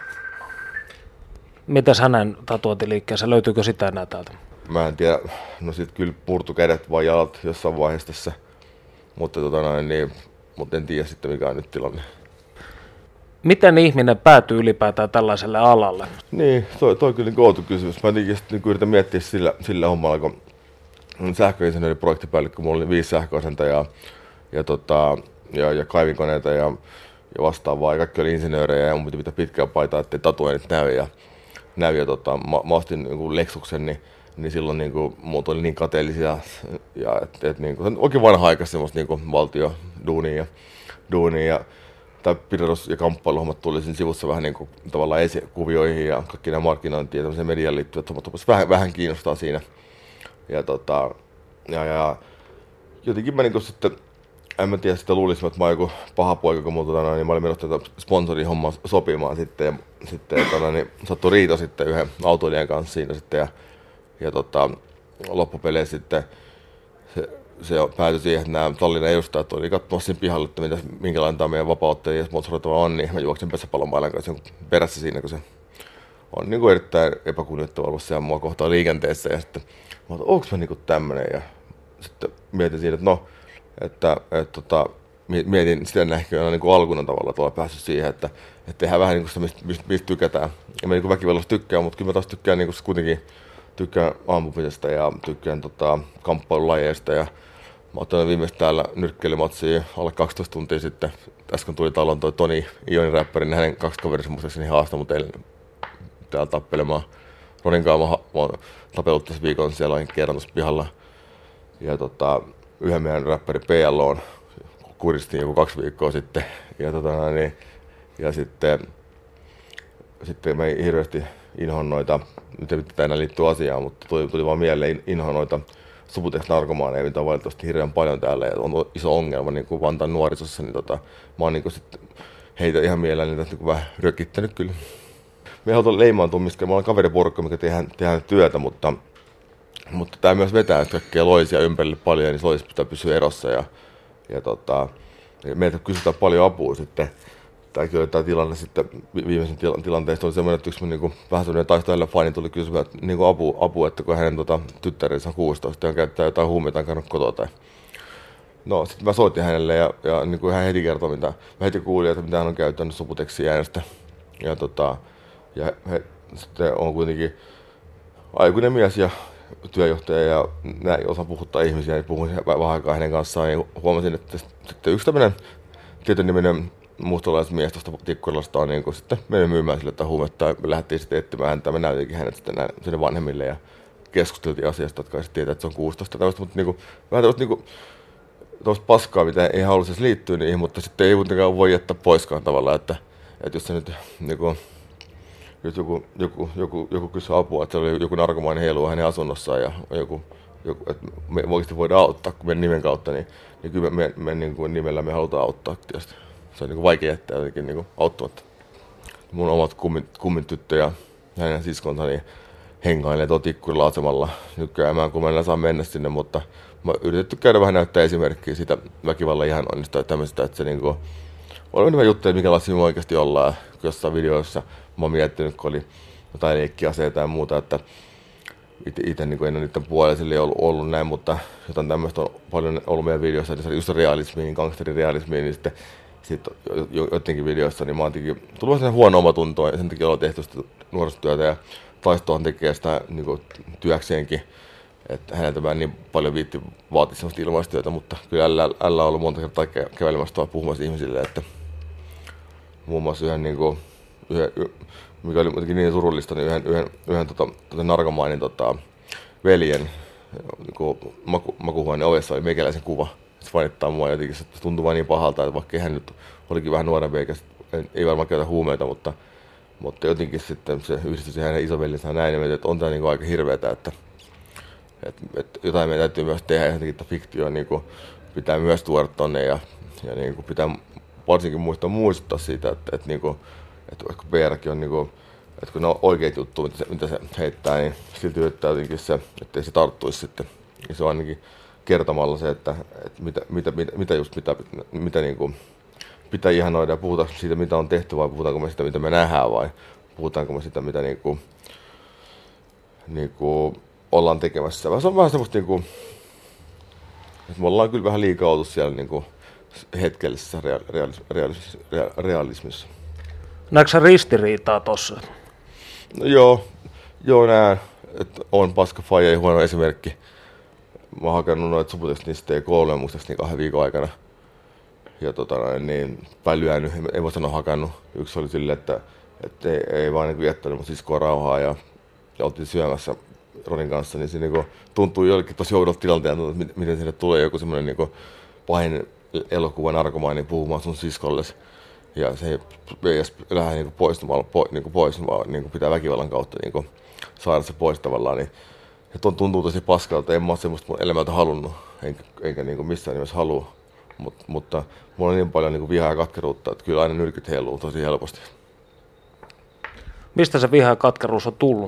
Mitäs hänen tatuointiliikkeensä, löytyykö sitä enää täältä? Mä en tiedä, no sit kyllä purtu kädet vai jalat jossain vaiheessa tässä, mutta tota noin, niin, mutta en tiedä sitten mikä on nyt tilanne. Miten ihminen päätyy ylipäätään tällaiselle alalle? Niin, toi, toi kyllä niin outo kysymys. Mä niin, niin yritän miettiä sillä, sillä hommalla, kun sähköinsinööri projektipäällikkö, mulla oli viisi sähköasentajaa ja, tota, ja, ja kaivinkoneita ja, ja vastaavaa. Ja kaikki oli insinöörejä ja mun piti pitää pitkää paitaa, ettei tatuoinnit näy. Ja, näy ja tota, mä, mä ostin niin Lexuksen, niin, niin silloin niin kuin, muut oli niin kateellisia. Ja, et, et, niin kuin, oikein vanha-aikaista semmoista niin valtioduunia ja duunia. Ja, tai pidätys- ja kamppailuhommat tuli siinä sivussa vähän niin kuin, tavallaan esikuvioihin ja kaikki nämä markkinointiin ja tämmöiseen mediaan liittyvät hommat vähän, vähän kiinnostaa siinä. Ja, tota, ja, ja jotenkin mä niin sitten, en mä tiedä, sitä luulisin, että mä oon joku paha poika, kun mulla, tota, niin mä olin menossa tätä sponsorihommaa sopimaan sitten. Ja sitten tota, niin, sattui riito sitten yhden autoilijan kanssa siinä sitten. Ja, ja tota, loppupeleissä sitten se, se päätyi siihen, että nämä Tallinnan edustajat oli katsomassa siinä pihalla, että mitä, minkälainen tämä meidän vapauttelija ja sponsoroitava on, niin mä juoksin pesäpallomailan kanssa perässä siinä, kun se on niin kuin erittäin epäkunnioittava ollut siellä mua kohtaan liikenteessä. Ja sitten mä oon, onko mä niinku tämmönen? Ja sitten mietin siinä, että no, että, et, tota, mietin sitä nähköä niin kuin alkuna tavalla, että ollaan päässyt siihen, että, että tehdään vähän niin kuin sitä, mistä, mistä, mistä tykätään. Ja mä niin kuin väkivallasta tykkään, mutta kyllä mä taas tykkään niin kuin kuitenkin tykkään ampumisesta ja tykkään tota, kamppailulajeista. Ja mä oon viimeistä täällä nyrkkeilymatsia alle kaksitoista tuntia sitten. Äsken tuli talon toi Toni Ionin räppäri, niin hänen kaksi kaverissa muistaakseni haastaa mut eilen täällä tappelemaan. Roninkaan mä, mä oon tapellut tässä viikon, siellä on kerran tuossa pihalla. Ja tota, yhden meidän räppäri P L on kuristiin joku kaksi viikkoa sitten. Ja, tota, niin, ja sitten, sitten mä hirveästi inhoan noita, nyt ei pitää enää liittyä asiaan, mutta tuli, tuli vaan mieleen inhoan noita Subutex-narkomaaneja, mitä on valitettavasti hirveän paljon täällä ja on iso ongelma niin kuin Vantaan nuorisossa. Niin tota, mä oon niin sit heitä ihan mielelläni niitä niin vähän rökittänyt kyllä. Me ei haluta leimaantumista, mä olen kaveriporukka, mikä tehdään, tehdään työtä, mutta, mutta tämä myös vetää kaikkea loisia ympärille paljon, niin loiset pitää pysyä erossa. Ja, ja tota, meiltä kysytään paljon apua sitten. Tämäkin oli tämä tilanne sitten, viimeisen tila, tilanteesta oli semmoinen, että yksi niin vähän semmoinen taistoilla fani tuli kysyä että, niin kuin apu, apu, että kun hänen tota, tyttärensä on kuusitoista ja on käyttää jotain huumeita, on käynyt kotoa. Tai... No sitten mä soitin hänelle ja, ja niin kuin hän heti kertoi, mitä, mä heti kuulin, että mitä hän on käyttänyt Subutexin äänestä. Ja tota, ja he sitten on kuitenkin aikuinen mies ja työjohtaja ja näin osaa puhuttaa ihmisiä, niin puhuin vähän aikaa hänen kanssaan ja huomasin, että sitten yksi tämmöinen tietyn niminen mustalaismies tuosta Tikkurilasta on niin kuin sitten mennyt myymään sille tai huumetta ja me lähdettiin sitten etsimään häntä. Mä näytinkin hänet sitten näin, sinne vanhemmille ja keskusteltiin asiasta, jotka sitten tietää, että se on kuusitoista tämmöistä, mutta niin kuin, vähän tämmöistä niin kuin, tuosta paskaa, mitä ei halua siis liittyä niihin, mutta sitten ei kuitenkaan voi jättää poiskaan tavallaan, että, että jos se nyt niin kuin, jos joku, joku, joku, joku kysyy apua, että se oli joku narkomainen heilua hänen asunnossaan ja joku, joku, että me oikeasti voidaan auttaa meidän nimen kautta, niin, niin kyllä me, me, me niin kuin nimellä me halutaan auttaa tietysti. Se on niin kuin vaikea jättää jotenkin niin kuin auttamatta. Mun omat kummin, kummin tyttö ja hänen siskonsa, niin hengailee tuolla Tikkurilla asemalla nykyään. Mä en kun mä en saa mennä sinne, mutta mä oon yritetty käydä vähän näyttää esimerkkiä siitä väkivallan ihan onnistua tämmöistä, että se niinku on hyvä juttu, että minkälaisia me oikeasti ollaan jossain videoissa. Mä oon miettinyt, kun oli jotain leikkiaseita ja muuta, että itse niin en ole niiden puolella ollut, ollut näin, mutta jotain tämmöistä on paljon ollut meidän videoissa, eli just realismiin, gangsterirealismiin, niin sitten sit jotenkin videoissa, niin mä oon tullut vähän huono omatuntoa, ja sen takia ollaan tehty sitä nuorisotyötä, ja Taistohan tekee sitä niin kuin työkseenkin, että häneltä mä en niin paljon viitti vaatia sellaista ilmaistyötä, mutta kyllä Ällä, Ällä on ollut monta kertaa kävelemässä tuolla puhumassa ihmisille, että muun muassa yhden, niin kuin, yhden mikä oli muutenkin niin surullista, niin yhden, yhden, yhden tota, tota narkomaanin tota, veljen niin maku, makuhuoneen ovessa oli meikäläisen kuva. Se fanittaa mua jotenkin, se tuntui vaan niin pahalta, että vaikka hän nyt olikin vähän nuorempi eikä ei varmaan käytä huumeita, mutta, mutta jotenkin sitten se yhdistyi hänen isoveljensä näin ja mietin, että on tämä niin aika hirveätä, että, että, että jotain meidän täytyy myös tehdä ja jotenkin, että fiktio niin kuin, pitää myös tuoda tonne ja, ja niin kuin, pitää varsinkin muistaa muistuttaa siitä, että, että, niin kuin, että vaikka P R:kin on niin kuin, että kun ne on oikeat juttu, mitä se, mitä se heittää, niin silti yrittää jotenkin se, ettei se tarttuisi sitten. Ja se on ainakin kertomalla se, että, että mitä, mitä, mitä, mitä just mitä, mitä niin kuin pitää ihanoida ja puhuta siitä, mitä on tehty, vai puhutaanko me sitä, mitä me nähdään, vai puhutaanko me sitä, mitä niin kuin, niin kuin ollaan tekemässä. Se on vähän semmoista, niin kuin, että me ollaan kyllä vähän liikaa oltu siellä niin kuin hetkellisessä realis, realis, realismissa. Näetkö sä ristiriitaa tossa? No joo, joo näen, että on paska faija ja huono esimerkki. Mä oon hakannut noita subutekstistä kolme muistaakseni kahden viikon aikana. Ja tota niin, päin lyönyt, ei voi sanoa hakannut. Yksi oli silleen, että, että ei, ei vaan niin viettänyt mun siskoa rauhaa ja, ja oltiin syömässä Ronin kanssa, niin se niin kuin, tuntuu jollekin tosi oudolta tilanteelta, että miten sinne tulee joku semmoinen niin pahin elokuva narkomaani puhumaan sun siskolles. Ja se ei edes lähde niinku poistumalla po, niinku pois, vaan niinku pitää väkivallan kautta niinku saada se pois tavallaan. Niin, ja ton tuntuu tosi paskalta, en mä ole semmoista mun elämältä halunnut, enkä, enkä niinku missään nimessä halua. Mut, mutta mulla on niin paljon niinku vihaa ja katkeruutta, että kyllä aina nyrkit heiluu tosi helposti. Mistä se viha ja katkeruus on tullut?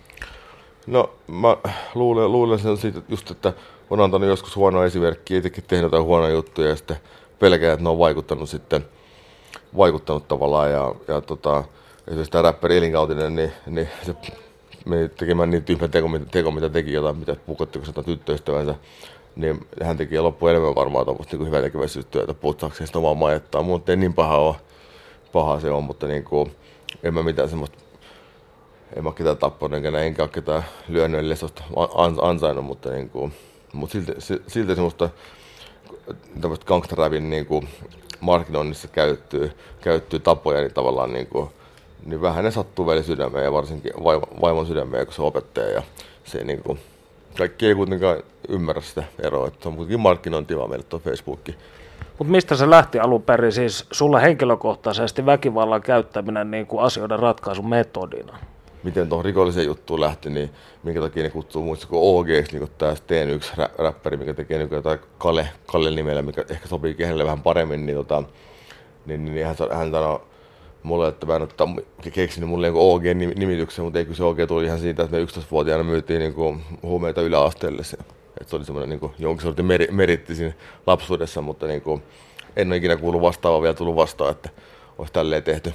No mä luulen, luulen sen siitä just, että on antanut joskus huonoa esimerkkiä, itsekin tehnyt jotain huonoja juttuja ja sitten pelkää, että ne on vaikuttanut sitten vaikuttanut tavallaan ja, ja tota, esimerkiksi tämä räppäri Elinkautinen, niin, niin se meni tekemään niin tyhmä teko, teko, mitä teki jotain, mitä pukotti, kun se tyttöystävänsä, niin hän teki loppuun enemmän varmaan tuommoista niin hyvää tekeväisyystyötä, puhuttaakseen sitä omaa majettaan. Mun ei niin paha ole, paha se on, mutta niin kuin, en mä mitään semmoista, en mä ketään tappanut, enkä, enkä ole ketään lyönyt, eli sellaista ansainnut, mutta, niin kuin, mutta silti, silti semmoista tämmöistä gangsterrävin niin kuin markkinoinnissa käyttyy, käyttyy tapoja, niin tavallaan niin, kuin, niin vähän ne sattuu välillä sydämeen ja varsinkin vaimon sydämeen, kun se opettaja. Ja se, niin kuin, kaikki ei kuitenkaan ymmärrä sitä eroa, että se on kuitenkin markkinointi vaan meille tuo Facebookki. Mutta mistä se lähti alun perin, siis sulla henkilökohtaisesti väkivallan käyttäminen niin kuin asioiden ratkaisun metodina? Miten tuohon rikolliseen juttuun lähti, niin minkä takia ne kutsuu muista kuin O G:ksi, niin kuin tämä T yksi räppäri, mikä tekee niin jotain Kale, Kalle nimellä, mikä ehkä sopii hänelle vähän paremmin, niin, tota, niin, niin hän, hän sanoi mulle, että mä en ole keksinyt mulle niin O G-nimityksen, mutta ei kyllä se O G tuli ihan siitä, että me yksitoistavuotiaana myytiin niin kuin huumeita yläasteelle. Että se oli semmoinen niin kuin, jonkin sortin meri, meritti siinä lapsuudessa, mutta niin kuin, en ole ikinä kuullut vastaavaa vielä tullut vastaan, että olisi tälleen tehty.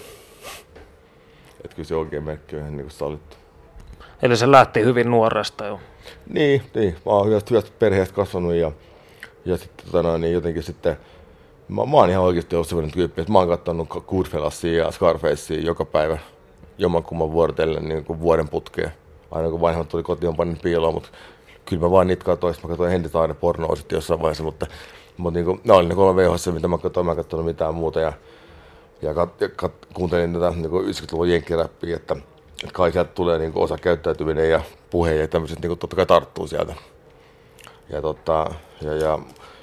Että kyllä se O G-merkki on ihan niin kuin sallittu. Eli se lähti hyvin nuoresta jo. Niin, niin. Mä oon hyvästä, hyvästä perheestä kasvanut ja, ja sitten tota, niin jotenkin sitten mä, mä oon ihan oikeasti ollut sellainen tyyppi, että mä oon katsonut Goodfellasia ja Scarfacea joka päivä jommankumman vuorotellen niin kuin vuoden putkeen. Aina kun vanhemmat tuli kotiin, on pannut piiloon, mutta kyllä mä vaan niitä katsoin. Mä katsoin Henry Taaren pornoa sitten jossain vaiheessa, mutta, mutta niin kuin, ne oli ne kolme V H S, mitä mä katsoin, mä en katsonut mitään muuta. Ja, ja, kat, ja kat, kuuntelin tätä niin kuin yhdeksänkymmentäluvun jenkkiräppiä, että että kai sieltä tulee niin osa käyttäytyminen ja puhe ja tämmöiset niin totta kai tarttuu sieltä. Ja, tota, ja, ja,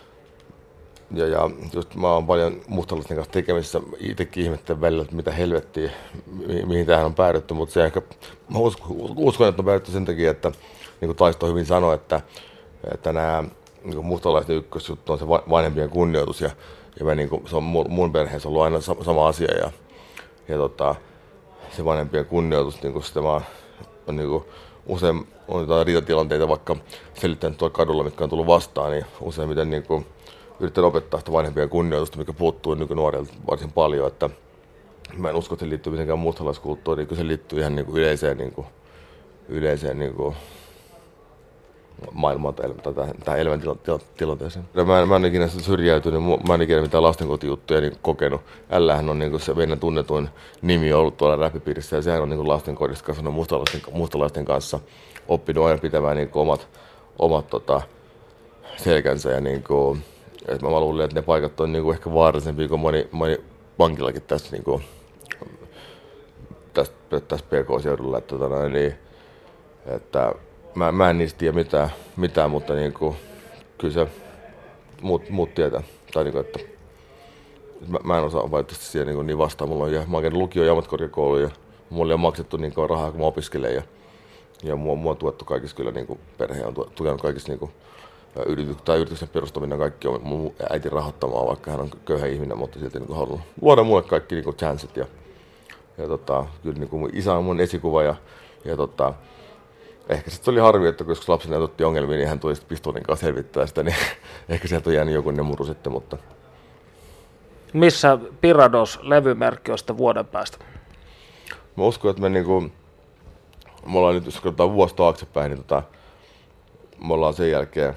ja, ja just mä oon paljon mustalaisten kanssa tekemisissä, itsekin ihmettelen välillä, että mitä helvettiä, mi- mihin tähän on päädytty, mutta se ehkä, mä uskon, että on päädytty sen takia, että niin kuin Taisto hyvin sanoi, että, että nämä niin mustalaisten ykkösjuttu on se vanhempien kunnioitus ja, ja mä, niin kuin, se on mun, mun perheessä ollut aina sama asia ja, ja tota, se vanhempien kunnioitus, niin sitä vaan on niin kuin usein on jotain riitatilanteita vaikka selittänyt tuolla kadulla, mitkä on tullut vastaan, niin useimmiten niin kuin yritän opettaa sitä vanhempien kunnioitusta, mikä puuttuu nykynuorilta varsin paljon, että mä en usko, että se liittyy mitenkään mustalaiskulttuuriin, kun se liittyy ihan niin kuin yleiseen, niin kuin, yleiseen niin kuin maailmaan tai tähän elämäntilanteeseen. Mä en, mä en ikinä syrjäytynyt, mä en ikinä mitään lastenkotijuttuja niin kokenut. Ällähän on niin kuin se meidän tunnetuin nimi ollut tuolla räppipiirissä ja sehän on niin lastenkodista kasvanut mustalaisten, mustalaisten kanssa oppinut aina pitämään niin omat, omat tota, selkänsä. Ja niin kuin, että mä luulen, että ne paikat on niin kuin ehkä vaarallisempia kuin moni, moni vankilakin tässä, niin kuin, tässä, tässä P K-seudulla. Että, tota, niin, että Mä, mä en niistä tiedä mitään, mitään mutta niinku, kyllä se muut, muut tietää. Tai niinku, että mä, mä en osaa valitettavasti siihen niinku, niin vastaan. Mulla on, ja, mä oon käynyt lukio- ja ammattikorkeakoulu ja mulla on maksettu niin kauan rahaa, kun mä opiskelen. Ja, ja mua, mua on tuettu kaikissa kyllä, niinku, perhe on tukenut kaikissa niinku, yrity, tai yrityksen perustaminen kaikki on mun äitin rahoittamaa, vaikka hän on köyhä ihminen, mutta silti niinku, halunnut luoda mulle kaikki niinku, chancet. Ja, ja tota, kyllä niinku, mun isä on mun esikuva ja, ja tota, ehkä sitten oli harvi, että kun joskus lapsena otettiin ongelmia, niin hän tuli sitten pistoolin kanssa selvittää sitä, niin ehkä sieltä on jäänyt joku ne muru sitten, mutta... Missä Pirados-levymerkki on sitten vuoden päästä? Mä uskon, että me niinku... Me ollaan nyt, jos katsotaan vuosi taaksepäin, niin tota... Me ollaan sen jälkeen...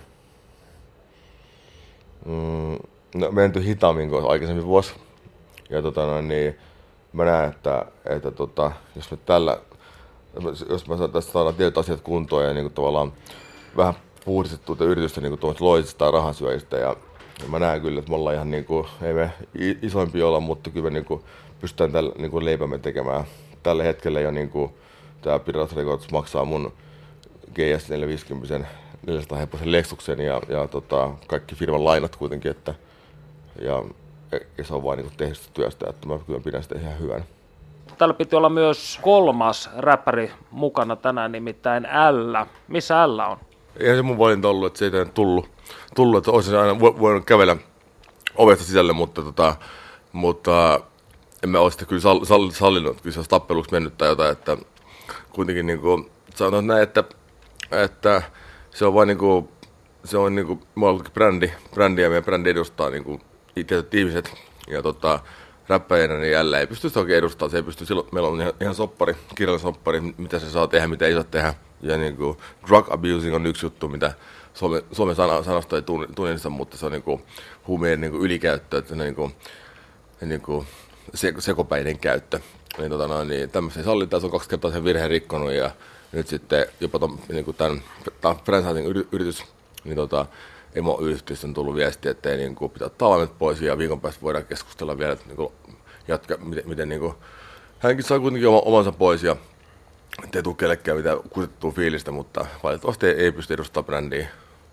Mm, no, menty hitaammin kuin aikaisemmin vuosi. Ja tota noin, niin... Mä näen, että, että tota, jos me tällä... Jos mä tästä saadaan tietyt asiat kuntoon ja niin kuin tavallaan vähän puhdistettua yritystä niin tuommoista loisista tai rahansyöjistä. Ja, ja mä näen kyllä, että me ollaan ihan niin kuin, ei me isoimpia olla, mutta kyllä me niin kuin pystytään tällä niin kuin leipämme tekemään. Tällä hetkellä jo niin kuin, tämä Pirados Records maksaa mun G S neljäsataaviisikymmentä neljäsataa hepposen Lexuksen ja, ja tota, kaikki firman lainat kuitenkin. Että, ja, ja se on vain niin kuin tehdystä työstä, että mä kyllä pidän sitä ihan hyvänä. Täällä piti olla myös kolmas räppäri mukana tänään, nimittäin L. Missä L on? Eihän se mun valinta ollut, että se ei tänne tullut. tullut että olisin aina voinut kävellä ovesta sisälle, mutta, tota, mutta en mä ole sitä kyllä sall, sall, sallinut, että kyllä se olisi tappeluksi mennyt tai jotain. Että kuitenkin niin kuin, sanotaan näin, että, että se on vain niin kuin, se on niin kuin, mä olen brändi, brändi ja meidän brändi edustaa niin kuin, tietyt ihmiset. Ja tota, räppäjänä niin jälleen ei pysty sitä oikein edustamaan. Se ei pysty, silloin meillä on ihan, ihan soppari, kirjallinen soppari, mitä se saa tehdä, mitä ei saa tehdä. Ja niin kuin, drug abusing on yksi juttu, mitä Suomen, Suomen sana, sanasta ei tunnista, mutta se on niin kuin, huumeiden niin kuin ylikäyttö, että niin kuin, niin kuin, se, sekopäinen käyttö. Niin, tota noin, niin tämmöistä ei sallita, se on kaksi kertaa sen virheen rikkonut ja nyt sitten jopa ton, niin kuin tämän franchising yritys, niin tota, emoyhtiöstä on tullut viesti, että ei niin kuin, pitää ottaa pois ja viikon päästä voidaan keskustella vielä, että niin kuin, jatka, miten, miten niin kuin, hänkin saa kuitenkin omansa pois ja ettei tule kellekään mitään kusettua fiilistä, mutta valitettavasti ei, ei pysty edustamaan brändiä.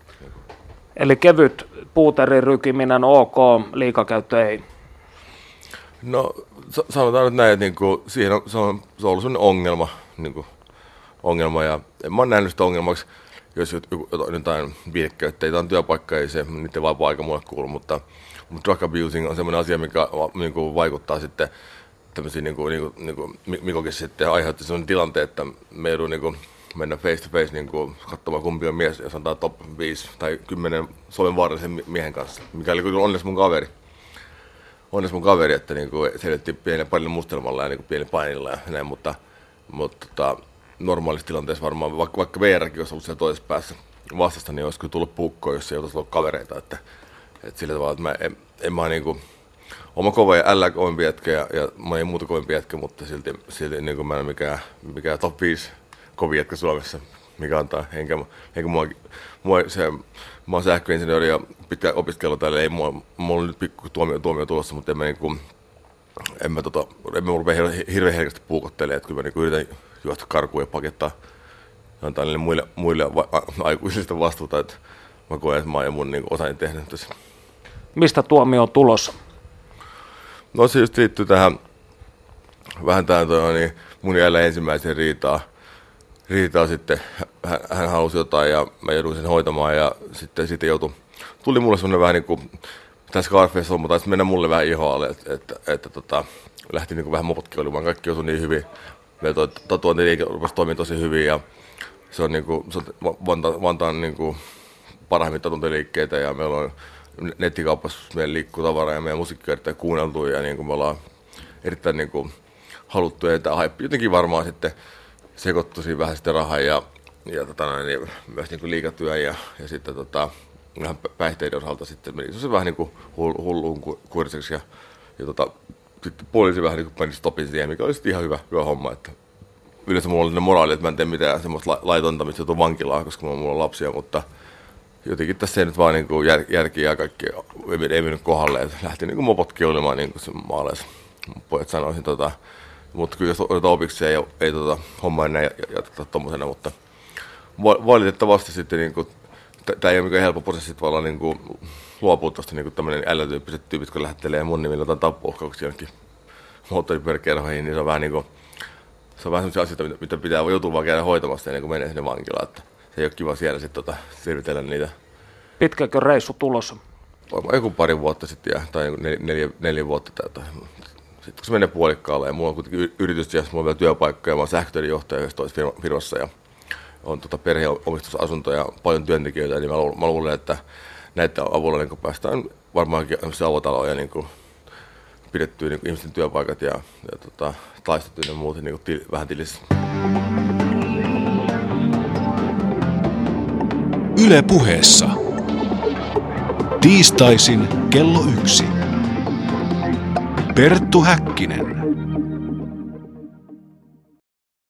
Eli kevyt puuterin rykiminen ok, liikakäyttö ei? No sanotaan nyt näin, että niin kuin, siihen on, se, on, se on ollut sellainen ongelma, niin kuin, ongelma ja en mä ole nähnyt sitä ongelmaksi, jos jotain viidekäyttäjiä on työpaikka, ei se niiden vapaa aika mulle kuulu, mutta, mutta drug abusing on sellainen asia, mikä niin kuin, vaikuttaa sitten tämmöisiä, niin kuin, niin kuin, niin kuin Mikokin sitten aiheutti sellainen tilanteen, että me joudun niin kuin, mennä face to face niin kuin, katsomaan kumpi on mies ja sanotaan top viisi tai kymmenen Suomen vaarallisen miehen kanssa, mikä oli kyllä onneksi mun kaveri. Onneksi mun kaveri, että niin kuin, se edettiin pienen paljon mustelmalla ja niin kuin, pieni painilla ja näin, mutta, mutta tota, normaalissa tilanteessa varmaan, vaikka, vaikka V R:kin olisi ollut siellä toisessa päässä vastasta, niin olisi kyllä tullut puukkoon, jos ei olisi ollut kavereita. Että, että sillä tavalla, että mä en, en mä niin kuin, oma kova ja L kovempi jätkä ja, ja mä en muuta kovempi jätkä, mutta silti, silti niin kuin mä en ole mikään, mikään top viisi kovin jätkä Suomessa, mikä antaa. Enkä, enkä mua, mua se, mä oon sähköinsinööri ja pitkä opiskelu täällä, ei mua, mulla on nyt pikku tuomio, tuomio tulossa, mutta en mä, niin kuin, en mä, tota, en mä rupea hirveän herkästi puukottelemaan, että kyllä mä niin yritän juosta karkuun ja pakettaa ja antaa niille muille, muille va- a- aikuisista vastuuta, että mä koen, että mä oon jo mun niin osani tehnyt tässä. Mistä tuomio on tulossa? No se just liittyy tähän vähän tähän toi, niin mun jälleen ensimmäiseen riitaa. Riitaa sitten, hän, hän halusi jotain ja mä jouduin sen hoitamaan ja sitten, sitten joutui, tuli mulle semmoinen vähän niin kuin, tämä Scarface-homma taisi mennä mulle vähän ihoalle, että, että, että tota, lähti niin kuin vähän mopotkiolimaan, kaikki osui niin hyvin. Meillä toi tatuointiliike rupesi toimimaan tosi hyvin ja, se on, niinku, se on Vantaan, Vantaan niinku parhaimmilta tunteliikkeitä ja meillä on nettikaupassa, meillä liikkuu tavaraa ja meidän musiikki on erittäin kuunneltu ja niinku me ollaan erittäin niinku haluttu ja tämä hype jotenkin varmaan sitten sekoittui siinä vähän sitten rahaa ja, ja tota, niin, myös niinku liikatyö ja, ja sitten tota, vähän päihteiden osalta sitten meni se vähän niinku hulluun kuriseksi ja, ja tota, sitten poliisi vähän niinku meni stopin siihen, mikä oli sitten ihan hyvä, hyvä homma, että yleensä mulla oli sellainen moraali, että mä en tee mitään semmoista laitonta, mistä joutuu vankilaan, koska mulla on lapsia, mutta jotenkin tässä ei nyt vaan niinku jär, järkiä ja kaikki ei, ei mennyt kohdalle, että lähti niinku mopot keulimaan niin kuin maaleissa pojat sanoisin, tota, mutta kyllä jos otetaan opiksi ei, ei tota, homma enää jatketa tommosena, mutta valitettavasti sitten niinku, tämä ei ole mikään helppo prosessi tavallaan niinku luopua tuosta niinku tämmöinen älytyyppiset tyypit, kun lähettelee mun nimillä jotain tappouhkauksia jonnekin moottoripyöräkerhoihin, niin se on vähän niinku se on vähän sellaisia asioita, mitä pitää joutua vaan käydä hoitamassa ennen kuin menee sinne vankilaan. Että se ei ole kiva siellä sitten tota, selvitellä niitä. Pitkäkö reissu tulossa? Varmaan joku pari vuotta sitten, tai neljä, neljä, neljä vuotta. Tai sitten kun se menee puolikkaalle, ja mulla on kuitenkin yritys, ja mulla on vielä työpaikka, ja mä oon sähkötöiden johtaja yhdessä toisessa firmassa, ja on tota perheomistusasunto ja paljon työntekijöitä, niin mä, lu- mä luulen, että näiden avulla niin päästään varmaankin avotaloon ja niin pidettyä niin ihmisten työpaikat ja, ja tota, taistettu ja muuten niin til, vähän tilissä. Yle Puheessa. Tiistaisin kello yksi. Perttu Häkkinen.